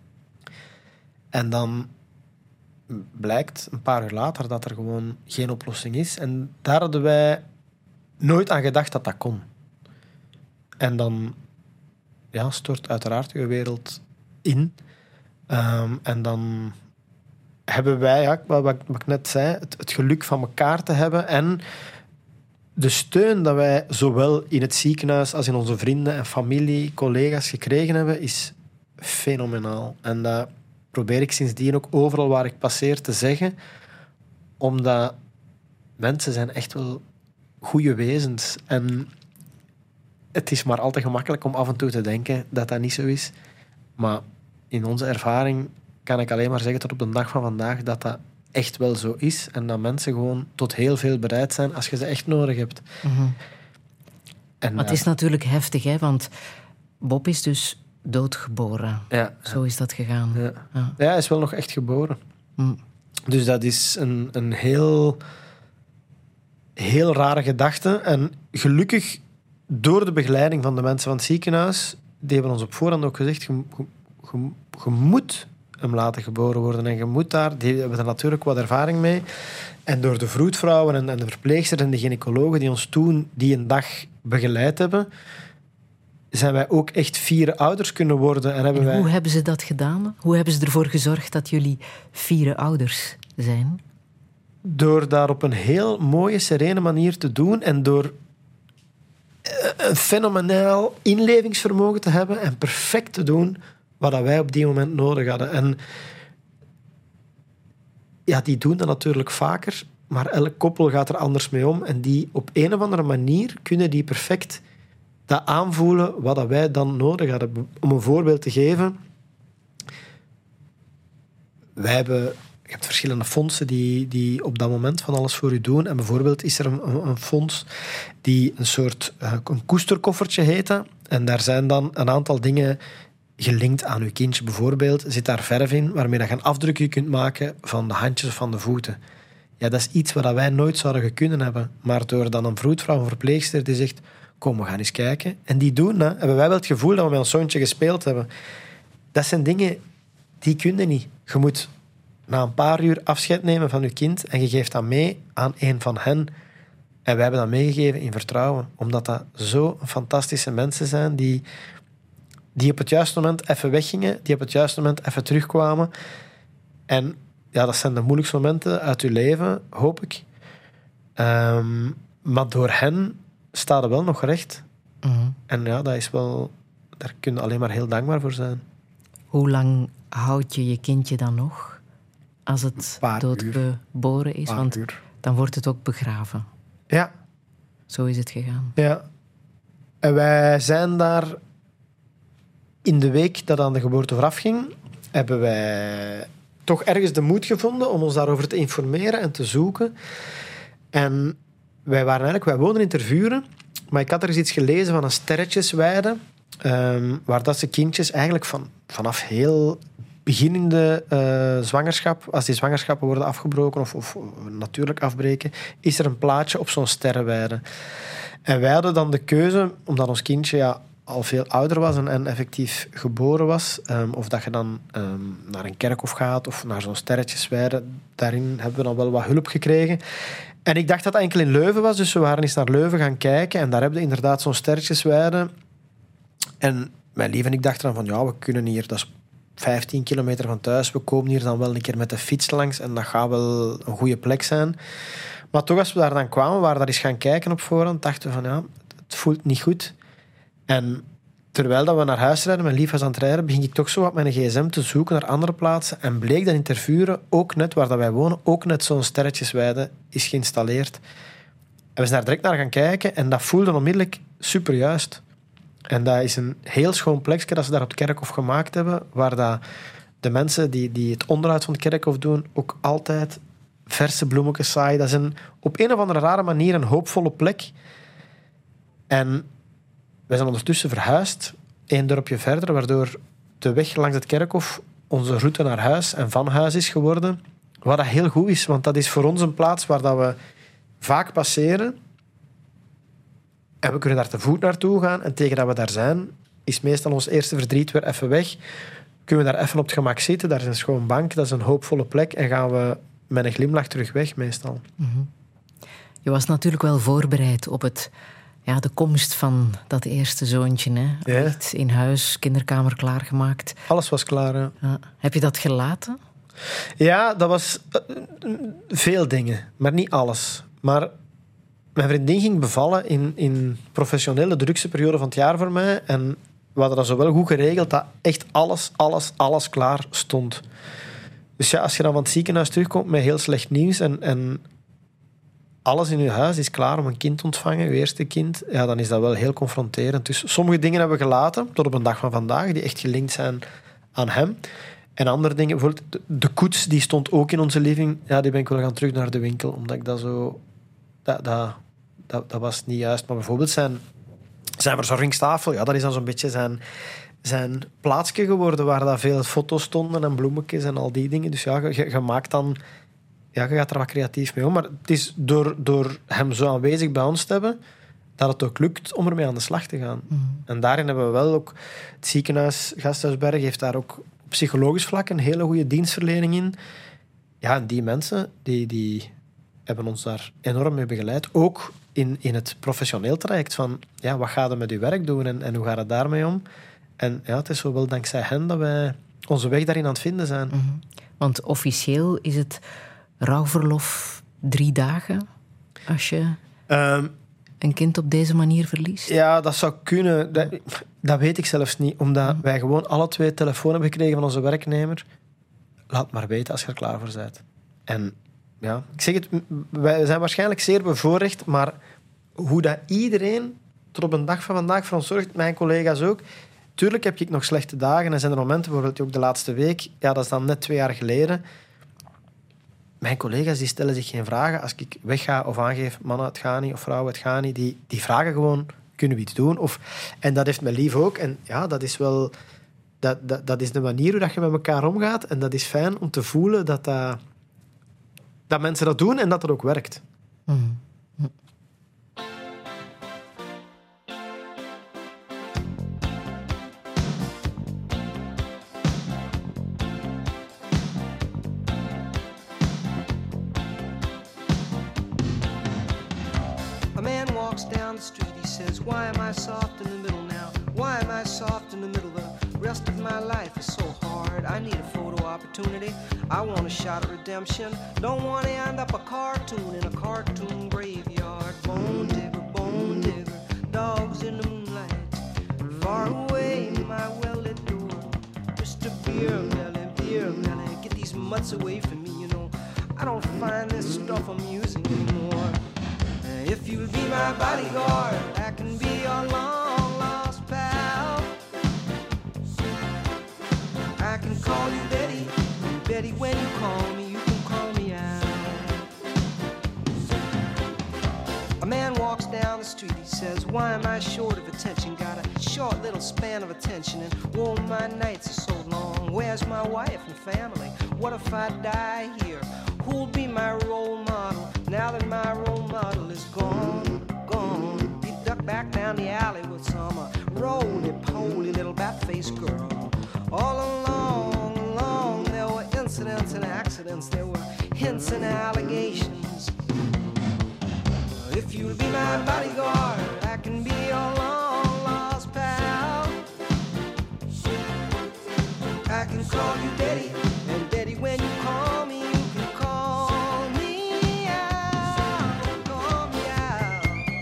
En dan blijkt een paar uur later dat er gewoon geen oplossing is. En daar hadden wij nooit aan gedacht dat dat kon. En dan ja, stort uiteraard je wereld in. Um, en dan hebben wij, ja, wat, wat ik net zei, het, het geluk van elkaar te hebben en de steun dat wij zowel in het ziekenhuis als in onze vrienden en familie, collega's gekregen hebben, is fenomenaal. En dat probeer ik sindsdien ook overal waar ik passeer te zeggen, omdat mensen zijn echt wel goede wezens. En het is maar al te gemakkelijk om af en toe te denken dat dat niet zo is. Maar in onze ervaring kan ik alleen maar zeggen tot op de dag van vandaag dat dat echt wel zo is. En dat mensen gewoon tot heel veel bereid zijn als je ze echt nodig hebt. Mm-hmm. En, maar het is natuurlijk heftig, hè? Want Bob is dus doodgeboren. Ja. Zo is dat gegaan. Ja, ja. ja hij is wel nog echt geboren. Mm. Dus dat is een, een heel, heel rare gedachte. En gelukkig, door de begeleiding van de mensen van het ziekenhuis, die hebben ons op voorhand ook gezegd, je, je, je, je moet hem laten geboren worden. En je moet daar, die hebben er natuurlijk wat ervaring mee. En door de vroedvrouwen en, en de verpleegsters en de gynaecologen die ons toen die een dag begeleid hebben, zijn wij ook echt vier ouders kunnen worden. En hebben en hoe wij... hebben ze dat gedaan? Hoe hebben ze ervoor gezorgd dat jullie vier ouders zijn? Door daar op een heel mooie, serene manier te doen en door een fenomenaal inlevingsvermogen te hebben en perfect te doen wat wij op die moment nodig hadden. En ja, die doen dat natuurlijk vaker, maar elk koppel gaat er anders mee om. En die op een of andere manier kunnen die perfect dat aanvoelen wat wij dan nodig hadden. Om een voorbeeld te geven. Wij hebben... Je hebt verschillende fondsen die, die op dat moment van alles voor u doen. En bijvoorbeeld is er een, een fonds die een soort uh, een koesterkoffertje heet. En daar zijn dan een aantal dingen gelinkt aan uw kindje. Bijvoorbeeld zit daar verf in waarmee je een afdrukje kunt maken van de handjes of van de voeten. Ja, dat is iets wat wij nooit zouden kunnen hebben. Maar door dan een vroedvrouw, een verpleegster die zegt, kom, we gaan eens kijken. En die doen dat. Hebben wij wel het gevoel dat we met ons zoontje gespeeld hebben. Dat zijn dingen die kun je niet. Je moet na een paar uur afscheid nemen van je kind en je geeft dat mee aan een van hen. En wij hebben dat meegegeven in vertrouwen. Omdat dat zo fantastische mensen zijn die, die op het juiste moment even weggingen, die op het juiste moment even terugkwamen. En ja, dat zijn de moeilijkste momenten uit je leven, hoop ik. Um, maar door hen staat er wel nog recht. Mm-hmm. En ja, dat is wel... Daar kun je alleen maar heel dankbaar voor zijn. Hoe lang houd je je kindje dan nog? Als het doodgeboren is? Want uur. Dan wordt het ook begraven. Ja. Zo is het gegaan. Ja. En wij zijn daar... In de week dat aan de geboorte vooraf ging, hebben wij toch ergens de moed gevonden om ons daarover te informeren en te zoeken. En wij waren eigenlijk... Wij woonden in Tervuren, maar ik had er eens iets gelezen van een sterretjesweide, um, waar dat ze kindjes eigenlijk van, vanaf heel beginnende uh, zwangerschap, als die zwangerschappen worden afgebroken of, of natuurlijk afbreken, is er een plaatje op zo'n sterrenweide. En wij hadden dan de keuze, omdat ons kindje ja, al veel ouder was en, en effectief geboren was, um, of dat je dan um, naar een kerkhof gaat of naar zo'n sterretjesweide, daarin hebben we dan wel wat hulp gekregen. En ik dacht dat dat enkel in Leuven was, dus we waren eens naar Leuven gaan kijken en daar hebben we inderdaad zo'n sterretjesweide. En mijn lief en ik dachten dan van, ja, we kunnen hier, dat is vijftien kilometer van thuis, we komen hier dan wel een keer met de fiets langs en dat gaat wel een goede plek zijn. Maar toch, als we daar dan kwamen, waren daar eens gaan kijken op voorhand, dachten we van, ja, het voelt niet goed. En terwijl dat we naar huis rijden, mijn lief was aan het rijden, begin ik toch zo op mijn gsm te zoeken naar andere plaatsen. En bleek dat in Tervuren, ook net waar dat wij wonen, ook net zo'n sterretjesweide is geïnstalleerd. En we zijn daar direct naar gaan kijken en dat voelde onmiddellijk superjuist. En dat is een heel schoon plekje dat ze daar op het kerkhof gemaakt hebben, waar dat de mensen die, die het onderhoud van het kerkhof doen, ook altijd verse bloemetjes zaaien. Dat is een, op een of andere rare manier een hoopvolle plek. En wij zijn ondertussen verhuisd, één dorpje verder, waardoor de weg langs het kerkhof onze route naar huis en van huis is geworden. Wat dat heel goed is, want dat is voor ons een plaats waar dat we vaak passeren. En we kunnen daar te voet naartoe gaan. En tegen dat we daar zijn, is meestal ons eerste verdriet weer even weg. Kunnen we daar even op het gemak zitten. Daar is een schoon bank, dat is een hoopvolle plek. En gaan we met een glimlach terug weg, meestal. Mm-hmm. Je was natuurlijk wel voorbereid op het... Ja, de komst van dat eerste zoontje. Hè? Ja. Echt in huis, kinderkamer klaargemaakt. Alles was klaar, ja. Ja. Heb je dat gelaten? Ja, dat was uh, veel dingen, maar niet alles. Maar mijn vriendin ging bevallen in, in professionele drukste periode van het jaar voor mij. En we hadden dat zo wel goed geregeld dat echt alles, alles, alles klaar stond. Dus ja, als je dan van het ziekenhuis terugkomt met heel slecht nieuws en... en alles in je huis is klaar om een kind te ontvangen, je eerste kind, ja, dan is dat wel heel confronterend. Dus sommige dingen hebben we gelaten, tot op een dag van vandaag, die echt gelinkt zijn aan hem. En andere dingen, bijvoorbeeld de koets, die stond ook in onze living, ja, die ben ik wel gaan terug naar de winkel, omdat ik dat zo... Dat, dat, dat, dat was niet juist. Maar bijvoorbeeld zijn, zijn verzorgingstafel, ja, dat is dan zo'n beetje zijn, zijn plaatsje geworden, waar dat veel foto's stonden en bloemetjes en al die dingen. Dus ja, je, je maakt dan... Ja, je gaat er wat creatief mee om. Maar het is door, door hem zo aanwezig bij ons te hebben, dat het ook lukt om ermee aan de slag te gaan. Mm. En daarin hebben we wel ook... Het ziekenhuis Gasthuisberg heeft daar ook op psychologisch vlak een hele goede dienstverlening in. Ja, en die mensen, die, die hebben ons daar enorm mee begeleid. Ook in, in het professioneel traject van, ja, wat gaat er met uw werk doen en, en hoe gaat het daarmee om? En ja, het is zo wel dankzij hen dat wij onze weg daarin aan het vinden zijn. Mm-hmm. Want officieel is het... rouwverlof drie dagen als je um, een kind op deze manier verliest? Ja, dat zou kunnen. Dat, dat weet ik zelfs niet. Omdat mm. wij gewoon alle twee telefoon hebben gekregen van onze werknemer. Laat maar weten als je er klaar voor bent. En ja, ik zeg het, wij zijn waarschijnlijk zeer bevoorrecht, maar hoe dat iedereen tot op een dag van vandaag voor ons zorgt, mijn collega's ook. Tuurlijk heb ik nog slechte dagen en zijn er momenten, bijvoorbeeld ook de laatste week, ja, dat is dan net twee jaar geleden. Mijn collega's die stellen zich geen vragen als ik wegga of aangeef, mannen, het gaat niet, of vrouwen, het gaat niet. Die, die vragen gewoon, kunnen we iets doen? Of, en dat heeft mijn lief ook. En ja, dat is wel... Dat, dat, dat is de manier hoe dat je met elkaar omgaat. En dat is fijn om te voelen dat, dat, dat mensen dat doen en dat dat ook werkt. Mm. Down the street, he says, why am I soft in the middle now? Why am I soft in the middle? The rest of my life is so hard. I need a photo opportunity. I want a shot at redemption. Don't want to end up a cartoon in a cartoon graveyard. Bone digger, bone digger, dogs in the moonlight. mutts away from me, you know. I don't find this stuff amusing anymore. Uh, if you'll be my bodyguard, I can be your long lost pal. I can call you Betty, and Betty, when you call me, you can call me out. A man walks down the street, he says, why am I short of attention? Got a short little span of attention, and whoa, my nights are so long. Where's my wife and family? What if I die here? Who'll be my role model now that my role model is gone, gone? He ducked back down the alley with some uh, roly-poly little bat-faced girl. All along, along, there were incidents and accidents, there were hints and allegations. If you'll be my bodyguard, I can be your long-lost pal. I can call you Daddy, and Daddy, when you call me, you can call me out, call me out.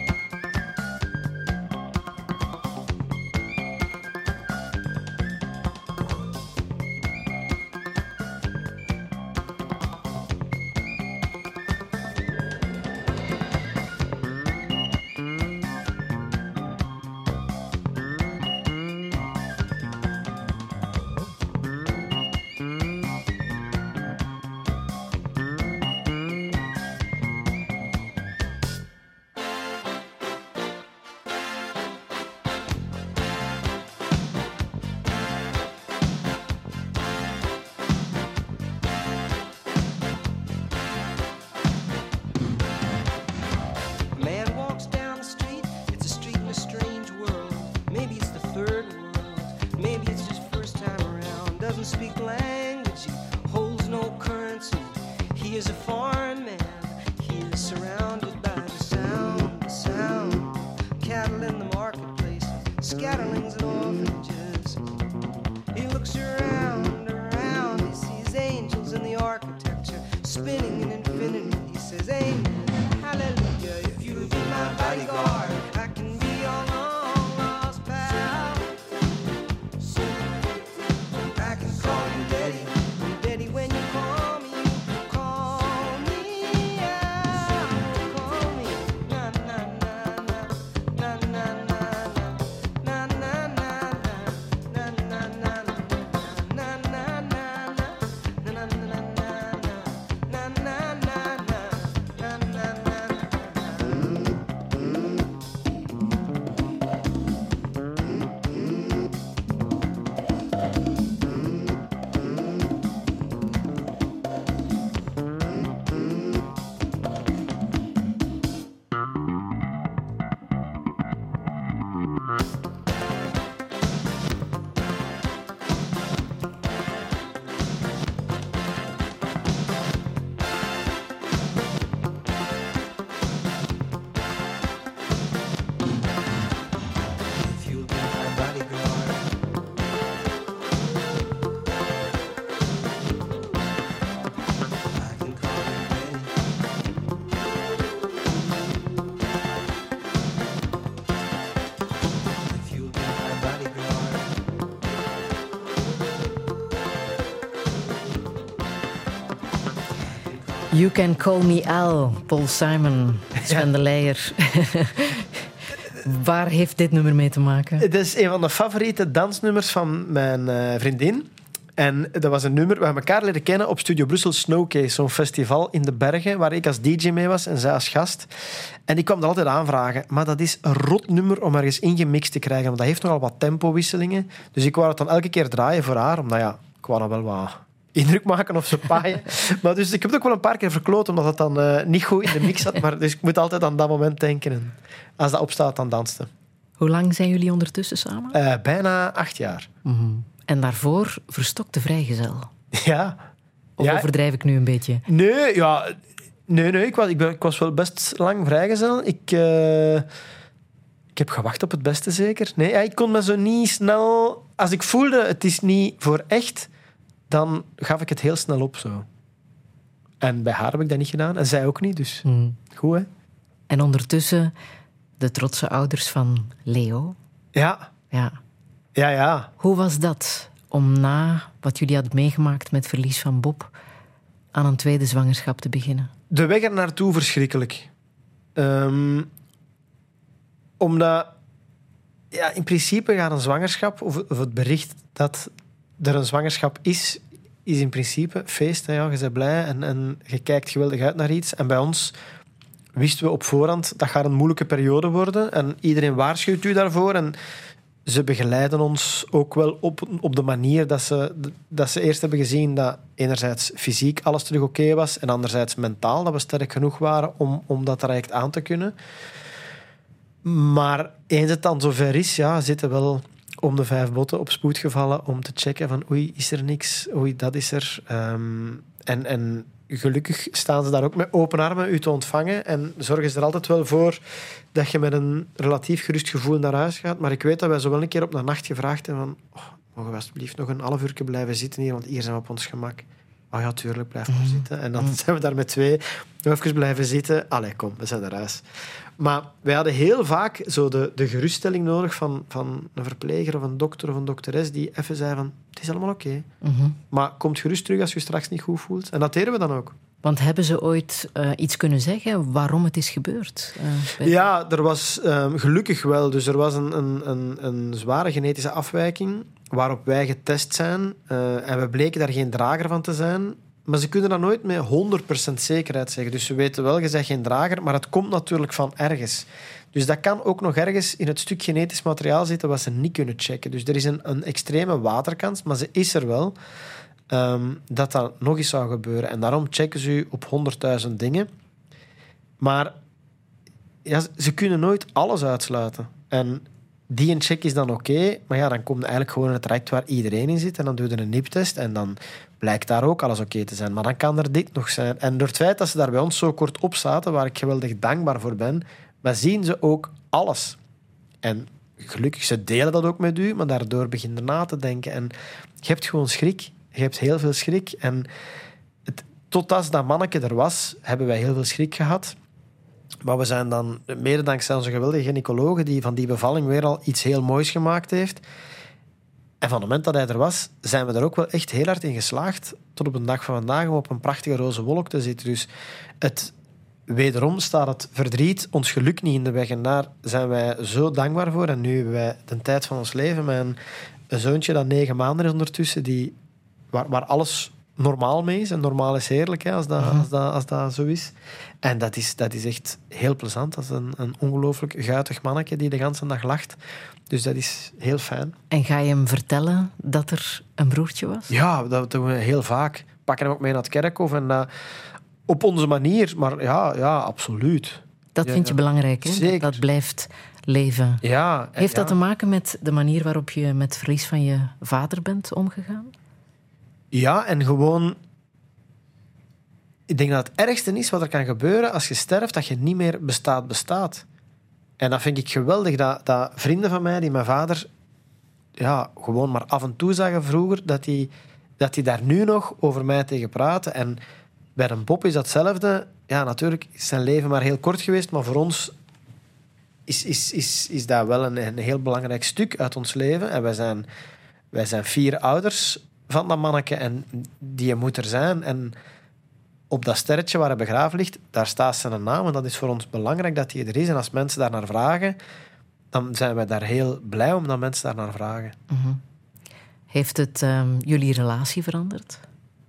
You Can Call Me Al, Paul Simon, Sven de Leijer. Waar heeft dit nummer mee te maken? Het is een van de favoriete dansnummers van mijn uh, vriendin. En dat was een nummer waar we elkaar leren kennen op Studio Brussel Snowcase, zo'n festival in de bergen, waar ik als D J mee was en zij als gast. En ik kwam dat altijd aanvragen. Maar dat is een rot nummer om ergens ingemixt te krijgen, want dat heeft nogal wat tempowisselingen. Dus ik wou het dan elke keer draaien voor haar, omdat ja, ik wou dan wel wat indruk maken of ze paaien. Maar dus ik heb het ook wel een paar keer verkloot, omdat het dan uh, niet goed in de mix zat. Maar dus ik moet altijd aan dat moment denken. En als dat opstaat, dan danste. Hoe lang zijn jullie ondertussen samen? Uh, bijna acht jaar. Mm-hmm. En daarvoor verstokte vrijgezel. Ja. Of ja. overdrijf ik nu een beetje? Nee, ja... Nee, nee ik, was, ik, ben, ik was wel best lang vrijgezel. Ik, uh, ik heb gewacht op het beste, zeker. Nee, ja, ik kon me zo niet snel... Als ik voelde, het is niet voor echt, dan gaf ik het heel snel op, zo. En bij haar heb ik dat niet gedaan. En zij ook niet, dus mm. goed, hè. En ondertussen de trotse ouders van Leo. Ja. Ja. Ja, ja. Hoe was dat om na wat jullie hadden meegemaakt met het verlies van Bob aan een tweede zwangerschap te beginnen? De weg er naartoe verschrikkelijk. Um, omdat ja, in principe gaat een zwangerschap, of, of het bericht dat er een zwangerschap is, is in principe feest. Hè, ja, je bent blij en, en je kijkt geweldig uit naar iets. En bij ons wisten we op voorhand dat gaat een moeilijke periode worden. En iedereen waarschuwt u daarvoor. En ze begeleiden ons ook wel op, op de manier dat ze, dat ze eerst hebben gezien dat enerzijds fysiek alles terug oké okay was en anderzijds mentaal dat we sterk genoeg waren om, om dat direct aan te kunnen. Maar eens het dan zover is, ja, zitten wel om de vijf botten op spoed gevallen om te checken van oei, is er niks? Oei, dat is er. Um, en, en gelukkig staan ze daar ook met open armen u te ontvangen en zorgen ze er altijd wel voor dat je met een relatief gerust gevoel naar huis gaat. Maar ik weet dat wij zo wel een keer op de nacht gevraagd hebben van oh, mogen we alsjeblieft nog een half uur blijven zitten hier, want hier zijn we op ons gemak. Oh ja, tuurlijk, blijf maar zitten. En dan zijn we daar met twee nog even blijven zitten. Allee, kom, we zijn naar huis. Maar wij hadden heel vaak zo de, de geruststelling nodig van, van een verpleger of een dokter of een dokteres die even zei van, het is allemaal oké. Okay. Mm-hmm. Maar komt gerust terug als je je straks niet goed voelt. En dat deden we dan ook. Want hebben ze ooit uh, iets kunnen zeggen waarom het is gebeurd? Uh, ja, er was um, gelukkig wel. Dus er was een, een, een, een zware genetische afwijking waarop wij getest zijn. Uh, en we bleken daar geen drager van te zijn. Maar ze kunnen dat nooit met honderd procent zekerheid zeggen. Dus ze weten wel, je bent geen drager, maar het komt natuurlijk van ergens. Dus dat kan ook nog ergens in het stuk genetisch materiaal zitten wat ze niet kunnen checken. Dus er is een, een extreme waterkans, maar ze is er wel, um, dat dat nog eens zou gebeuren. En daarom checken ze u op honderdduizend dingen. Maar ja, ze kunnen nooit alles uitsluiten. En die een check is dan oké, okay, maar ja, dan komt eigenlijk gewoon in het traject waar iedereen in zit en dan doe je een N I P-test en dan blijkt daar ook alles oké okay te zijn. Maar dan kan er dit nog zijn. En door het feit dat ze daar bij ons zo kort op zaten, waar ik geweldig dankbaar voor ben, maar zien ze ook alles. En gelukkig, ze delen dat ook met u, maar daardoor begin je na te denken. En je hebt gewoon schrik. Je hebt heel veel schrik. En het, tot als dat manneke er was, hebben wij heel veel schrik gehad. Maar we zijn dan, mede dankzij onze geweldige gynaecologe, die van die bevalling weer al iets heel moois gemaakt heeft. En van het moment dat hij er was, zijn we er ook wel echt heel hard in geslaagd, tot op de dag van vandaag, om op een prachtige roze wolk te zitten. Dus het, wederom staat het verdriet ons geluk niet in de weg. En daar zijn wij zo dankbaar voor. En nu hebben wij de tijd van ons leven met een, een zoontje dat negen maanden is ondertussen, die, waar, waar alles normaal mee is. En normaal is heerlijk, hè, als, dat, uh-huh. als, dat, als dat zo is. En dat is, dat is echt heel plezant. Dat is een, een ongelooflijk guitig mannetje die de hele dag lacht. Dus dat is heel fijn. En ga je hem vertellen dat er een broertje was? Ja, dat doen we heel vaak. We pakken hem ook mee naar het kerkhof. En uh, op onze manier. Maar ja, ja absoluut. Dat ja, vind je ja. belangrijk, hè? Zeker. Dat, dat blijft leven. Ja, Heeft dat ja. te maken met de manier waarop je met het verlies van je vader bent omgegaan? Ja, en gewoon... Ik denk dat het ergste is wat er kan gebeuren als je sterft, dat je niet meer bestaat, bestaat. En dat vind ik geweldig, dat, dat vrienden van mij, die mijn vader ja, gewoon maar af en toe zagen vroeger, dat die, dat die daar nu nog over mij tegen praten. En bij een Bob is dat hetzelfde. Ja, natuurlijk is zijn leven maar heel kort geweest, maar voor ons is, is, is, is dat wel een, een heel belangrijk stuk uit ons leven. En wij zijn, wij zijn vier ouders van dat manneke en die moet er zijn. En op dat sterretje waar hij begraven ligt, daar staat zijn naam. En dat is voor ons belangrijk dat hij er is. En als mensen daar naar vragen, dan zijn wij daar heel blij om dat mensen daar naar vragen. Mm-hmm. Heeft het um, jullie relatie veranderd?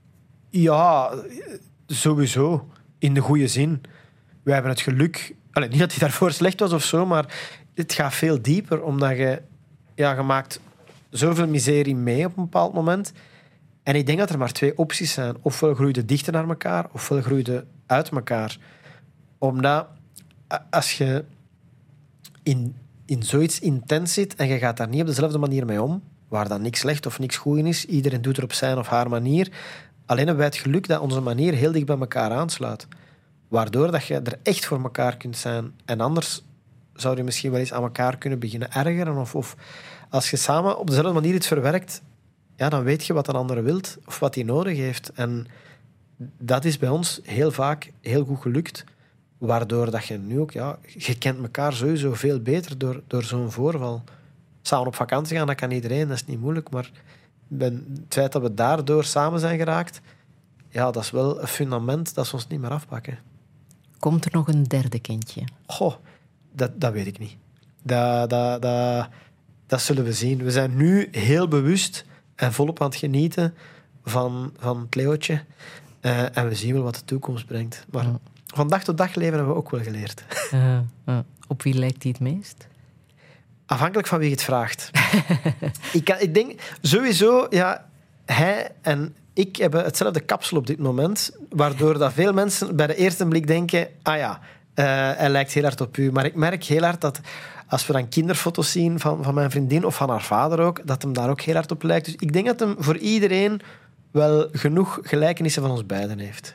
Ja, sowieso. In de goede zin. Wij hebben het geluk... Allee, niet dat hij daarvoor slecht was of zo, maar het gaat veel dieper. Omdat je... Ja, je maakt zoveel miserie mee op een bepaald moment. En ik denk dat er maar twee opties zijn. Ofwel groei je dichter naar elkaar, ofwel groei je uit elkaar. Omdat als je in, in zoiets intens zit en je gaat daar niet op dezelfde manier mee om, waar dan niks slecht of niks goed in is, iedereen doet er op zijn of haar manier. Alleen hebben wij het geluk dat onze manier heel dicht bij elkaar aansluit. Waardoor dat je er echt voor elkaar kunt zijn. En anders zou je misschien wel eens aan elkaar kunnen beginnen ergeren. Of, of als je samen op dezelfde manier iets verwerkt, ja, dan weet je wat een ander wilt of wat hij nodig heeft. En dat is bij ons heel vaak heel goed gelukt. Waardoor dat je nu ook... Ja, je kent elkaar sowieso veel beter door, door zo'n voorval. Samen op vakantie gaan, dat kan iedereen, dat is niet moeilijk. Maar ben, het feit dat we daardoor samen zijn geraakt, ja, dat is wel een fundament dat ze ons niet meer afpakken. Komt er nog een derde kindje? Goh, dat, dat weet ik niet. Dat, dat, dat, dat zullen we zien. We zijn nu heel bewust en volop aan het genieten van, van het Leeuwtje. Uh, en we zien wel wat de toekomst brengt. Maar ja. van dag tot dag leven hebben we ook wel geleerd. Uh, uh, op wie lijkt hij het meest? Afhankelijk van wie je het vraagt. ik, kan, ik denk sowieso, ja, hij en ik hebben hetzelfde kapsel op dit moment, waardoor dat veel mensen bij de eerste blik denken, ah ja, uh, hij lijkt heel hard op u. Maar ik merk heel hard dat als we dan kinderfoto's zien van, van mijn vriendin of van haar vader ook, dat hem daar ook heel hard op lijkt. Dus ik denk dat hem voor iedereen wel genoeg gelijkenissen van ons beiden heeft.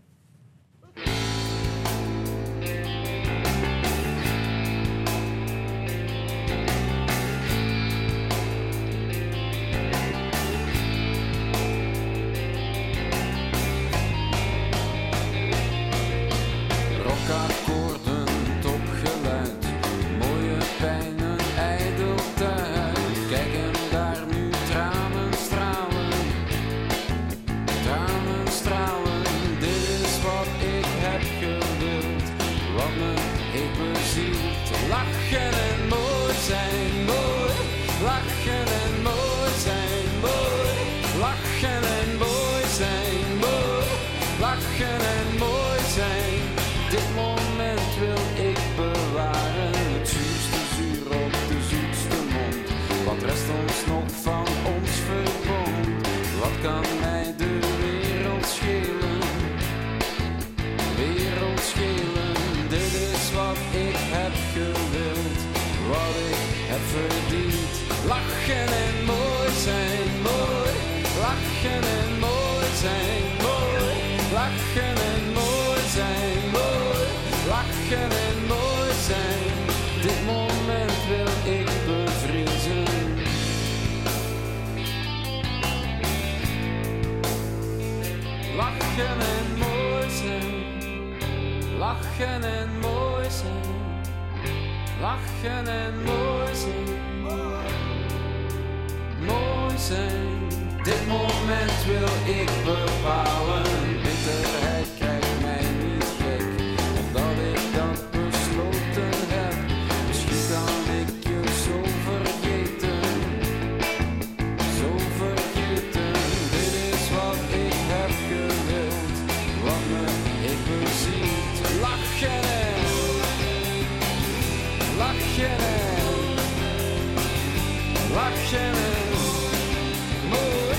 Lachen en mooi zijn, lachen en mooi zijn, mooi zijn. Dit moment wil ik bepalen, bitterheid krijgt mij niet gek, omdat ik dat besloten heb. Misschien kan ik je zo vergeten, zo vergeten. Dit is wat ik heb gewild, wat me ik beziet. Lachen en, lachen en, lachen en, mooi.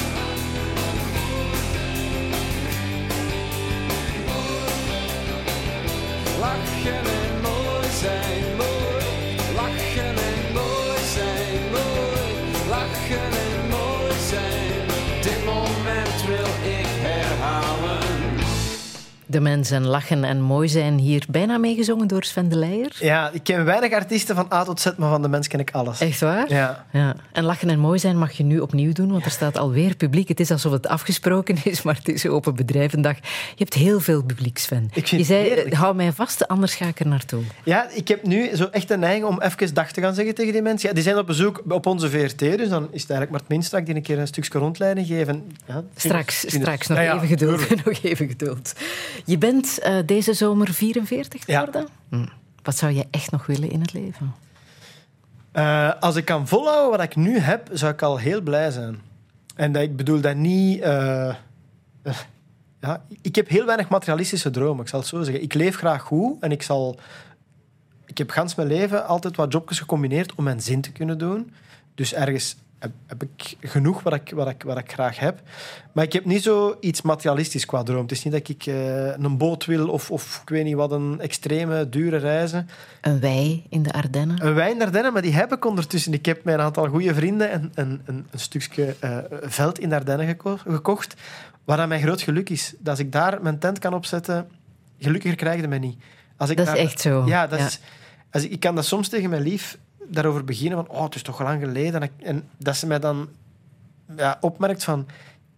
Lachen en mooi zijn, mooi. Lachen en mooi zijn, mooi. Lachen en mooi zijn. Dit moment wil ik herhalen. De mensen lachen en mooi zijn, hier bijna meegezongen door Sven de Leijer. Ja, ik ken weinig artiesten van A tot Z, maar van de mens ken ik alles. Echt waar? Ja. ja. En lachen en mooi zijn mag je nu opnieuw doen, want er staat alweer publiek. Het is alsof het afgesproken is, maar het is Open Bedrijvendag. Je hebt heel veel publiek, Sven. Ik vind je zei, heerlijk. hou mij vast, anders ga ik er naartoe. Ja, ik heb nu zo echt een neiging om even dag te gaan zeggen tegen die mensen. Ja, die zijn op bezoek op onze V R T, dus dan is het eigenlijk Mart Minstrak die een keer een stukje rondleiding geven. Ja, straks, tien, straks. Nog, ja, ja, even geduld, nog even geduld. Je bent uh, deze zomer vierenveertig geworden? Ja. Hm. Wat zou je echt nog willen in het leven? Uh, als ik kan volhouden wat ik nu heb, zou ik al heel blij zijn. En dat, ik bedoel dat niet... Uh, uh, ja, ik heb heel weinig materialistische dromen, ik zal het zo zeggen. Ik leef graag goed en ik zal... Ik heb gans mijn leven altijd wat jobjes gecombineerd om mijn zin te kunnen doen. Dus ergens heb, heb ik genoeg wat ik, wat, ik, wat ik graag heb. Maar ik heb niet zo iets materialistisch qua droom. Het is niet dat ik uh, een boot wil of, of ik weet niet wat, een extreme, dure reizen. Een wei in de Ardennen? Een wei in de Ardennen, maar die heb ik ondertussen. Ik heb met een aantal goede vrienden en, en, een, een stukje uh, veld in de Ardennen geko- gekocht, waar dat mijn groot geluk is. Dat als ik daar mijn tent kan opzetten, gelukkiger krijg je mij niet. Als ik dat daar, is echt zo. Ja, dat ja. is... Als ik, ik kan dat soms tegen mijn lief daarover beginnen van oh, het is toch lang geleden. En, ik, en dat ze mij dan ja, opmerkt van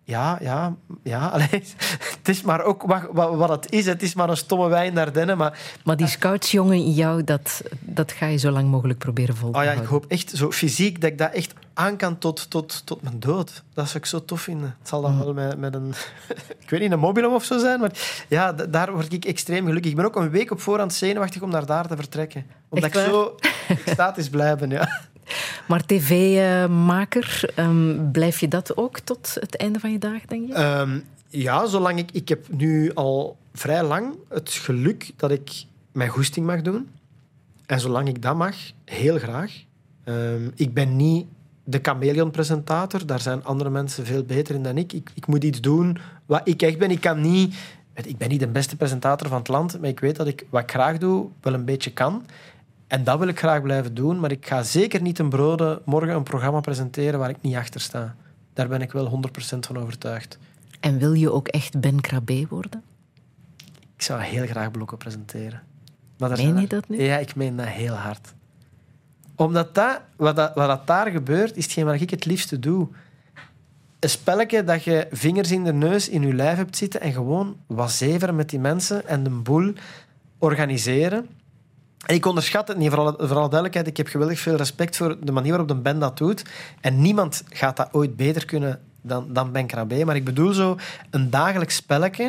Ja, ja, ja. Allee, het is maar ook wat, wat, wat het is. Het is maar een stomme wijn naar Ardennen. Maar, maar die scoutsjongen in jou, dat, dat ga je zo lang mogelijk proberen vol te oh ja, houden. ik hoop echt zo fysiek dat ik dat echt aan kan tot, tot, tot mijn dood. Dat zou ik zo tof vinden. Het zal dan mm. wel met, met een... ik weet niet, een mobilum of zo zijn. Maar ja, d- daar word ik extreem gelukkig. Ik ben ook een week op voorhand zenuwachtig om naar daar te vertrekken. Omdat ik zo extatisch blijf ben, ja. Maar tv-maker, um, blijf je dat ook tot het einde van je dagen, denk je? Um, ja, zolang ik... Ik heb nu al vrij lang het geluk dat ik mijn goesting mag doen. En zolang ik dat mag, heel graag. Um, ik ben niet de chameleon-presentator. Daar zijn andere mensen veel beter in dan ik. ik. Ik moet iets doen wat ik echt ben. Ik kan niet... Ik ben niet de beste presentator van het land, maar ik weet dat ik wat ik graag doe wel een beetje kan. En dat wil ik graag blijven doen, maar ik ga zeker niet ten brode morgen een programma presenteren waar ik niet achter sta. Daar ben ik wel honderd procent van overtuigd. En wil je ook echt Ben Krabbe worden? Ik zou heel graag blokken presenteren. Maar meen je er... dat nu? Ja, ik meen dat heel hard. Omdat dat, wat, dat, wat dat daar gebeurt, is hetgeen wat ik het liefste doe. Een spelletje dat je vingers in de neus in je lijf hebt zitten en gewoon wat zeveren met die mensen en de boel organiseren. En ik onderschat het niet, voor alle, voor alle duidelijkheid. Ik heb geweldig veel respect voor de manier waarop de Ben dat doet. En niemand gaat dat ooit beter kunnen dan, dan Ben Krabbe. Maar ik bedoel zo, een dagelijks spelletje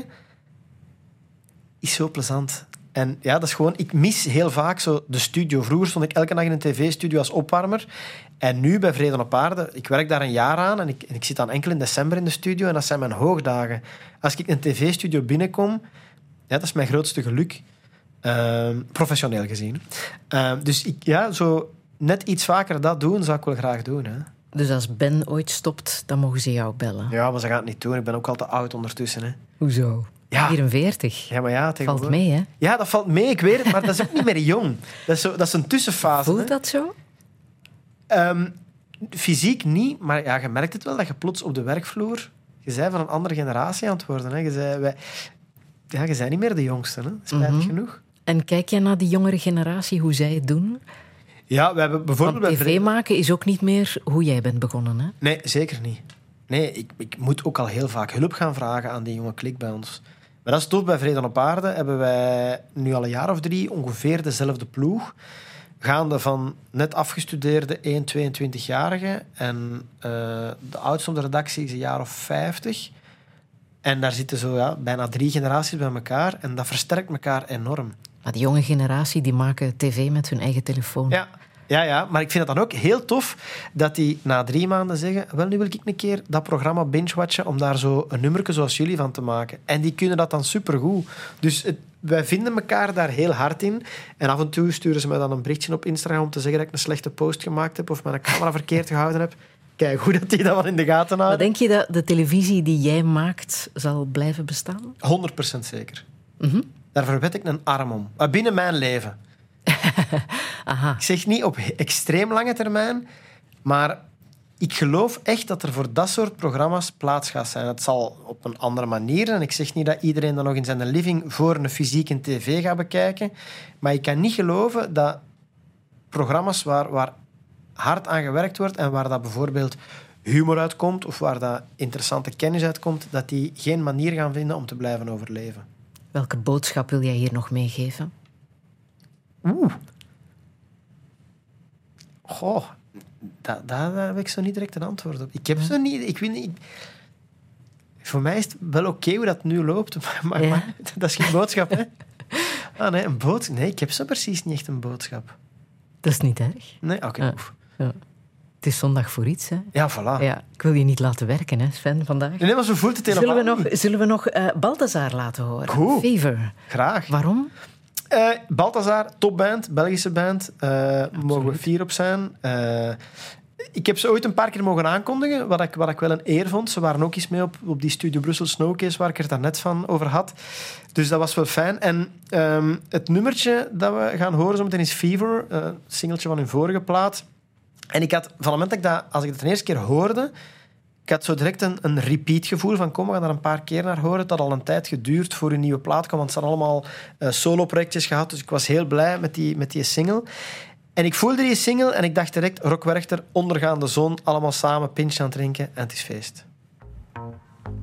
is zo plezant. En ja, dat is gewoon... Ik mis heel vaak zo de studio. Vroeger stond ik elke dag in een tv-studio als opwarmer. En nu bij Vrede op Aarde, ik werk daar een jaar aan en ik, en ik zit dan enkel in december in de studio en dat zijn mijn hoogdagen. Als ik in een tv-studio binnenkom, ja, dat is mijn grootste geluk. Uh, professioneel gezien. Uh, dus ik, ja, zo net iets vaker dat doen, zou ik wel graag doen. Hè. Dus als Ben ooit stopt, dan mogen ze jou bellen? Ja, maar ze gaan het niet doen. Ik ben ook al te oud ondertussen. Hè. Hoezo? Ja. vierenveertig. Ja, maar ja, valt mee, hè? Ja, dat valt mee, ik weet het, maar dat is ook niet meer jong. Dat is, zo, dat is een tussenfase. Voelt hè. dat zo? Um, fysiek niet, maar ja, je merkt het wel dat je plots op de werkvloer... Je bent van een andere generatie aan het worden. Hè. Je bent, wij, ja, je bent niet meer de jongste, hè. Spijtig mm-hmm. genoeg. En kijk je naar die jongere generatie, hoe zij het doen? Ja, we hebben bijvoorbeeld... Want tv maken is ook niet meer hoe jij bent begonnen, hè? Nee, zeker niet. Nee, ik, ik moet ook al heel vaak hulp gaan vragen aan die jonge klik bij ons. Maar dat is tof. Bij Vrede op Aarde hebben wij nu al een jaar of drie ongeveer dezelfde ploeg. Gaande van net afgestudeerde één, tweeëntwintig-jarigen. En uh, de oudste op de redactie is een jaar of vijftig. En daar zitten zo ja, bijna drie generaties bij elkaar. En dat versterkt elkaar enorm. Maar die jonge generatie die maken tv met hun eigen telefoon. Ja. Ja, ja, maar ik vind het dan ook heel tof dat die na drie maanden zeggen wel, nu wil ik een keer dat programma binge-watchen om daar zo een nummerke zoals jullie van te maken. En die kunnen dat dan supergoed. Dus het, wij vinden elkaar daar heel hard in. En af en toe sturen ze mij dan een berichtje op Instagram om te zeggen dat ik een slechte post gemaakt heb of mijn camera verkeerd gehouden heb. Kijk, hoe dat die dat wel in de gaten houden. Maar denk je dat de televisie die jij maakt zal blijven bestaan? honderd procent zeker. Mm-hmm. Daar verwed ik een arm om. Maar binnen mijn leven. Aha. Ik zeg niet op extreem lange termijn, maar ik geloof echt dat er voor dat soort programma's plaats gaat zijn. Het zal op een andere manier. En ik zeg niet dat iedereen dan nog in zijn living voor een fysieke tv gaat bekijken. Maar ik kan niet geloven dat programma's waar, waar hard aan gewerkt wordt en waar dat bijvoorbeeld humor uitkomt of waar dat interessante kennis uitkomt, dat die geen manier gaan vinden om te blijven overleven. Welke boodschap wil jij hier nog meegeven? Oeh. Goh, daar, daar heb ik zo niet direct een antwoord op. Ik heb zo niet... Ik weet niet... Voor mij is het wel oké okay hoe dat nu loopt, maar, ja. maar dat is geen boodschap, hè? Ah, nee, een boodschap... Nee, ik heb zo precies niet echt een boodschap. Dat is niet erg. Nee, oké. Okay. Ja. Ja. Het is zondag voor iets, hè? Ja, voilà. Ja, ik wil je niet laten werken, hè, Sven, vandaag. Nee, maar zo voelt het helemaal Zullen we nog, niet. zullen we nog uh, Balthazar laten horen? Goed. Fever. Graag. Waarom? Uh, Balthazar, topband, Belgische band. Uh, mogen we fier op zijn. Uh, ik heb ze ooit een paar keer mogen aankondigen, wat ik, wat ik wel een eer vond. Ze waren ook eens mee op, op die Studio Brussel Snowcase, waar ik het daarnet van over had. Dus dat was wel fijn. En um, het nummertje dat we gaan horen zo meteen is Fever, uh, een singeltje van hun vorige plaat. En ik had, van het moment dat ik dat, als ik het de eerste keer hoorde, ik had zo direct een, een repeat gevoel van kom, we gaan daar een paar keer naar horen. Het had al een tijd geduurd voor een nieuwe plaat kwam, want ze hadden allemaal uh, solo-projectjes gehad. Dus ik was heel blij met die, met die single. En ik voelde die single en ik dacht direct, Rock Werchter, Ondergaande zon, allemaal samen pintje aan het drinken en het is feest.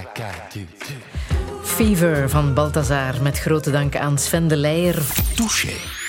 like I do. Fever van Balthazar, met grote dank aan Sven de Leijer. Touché.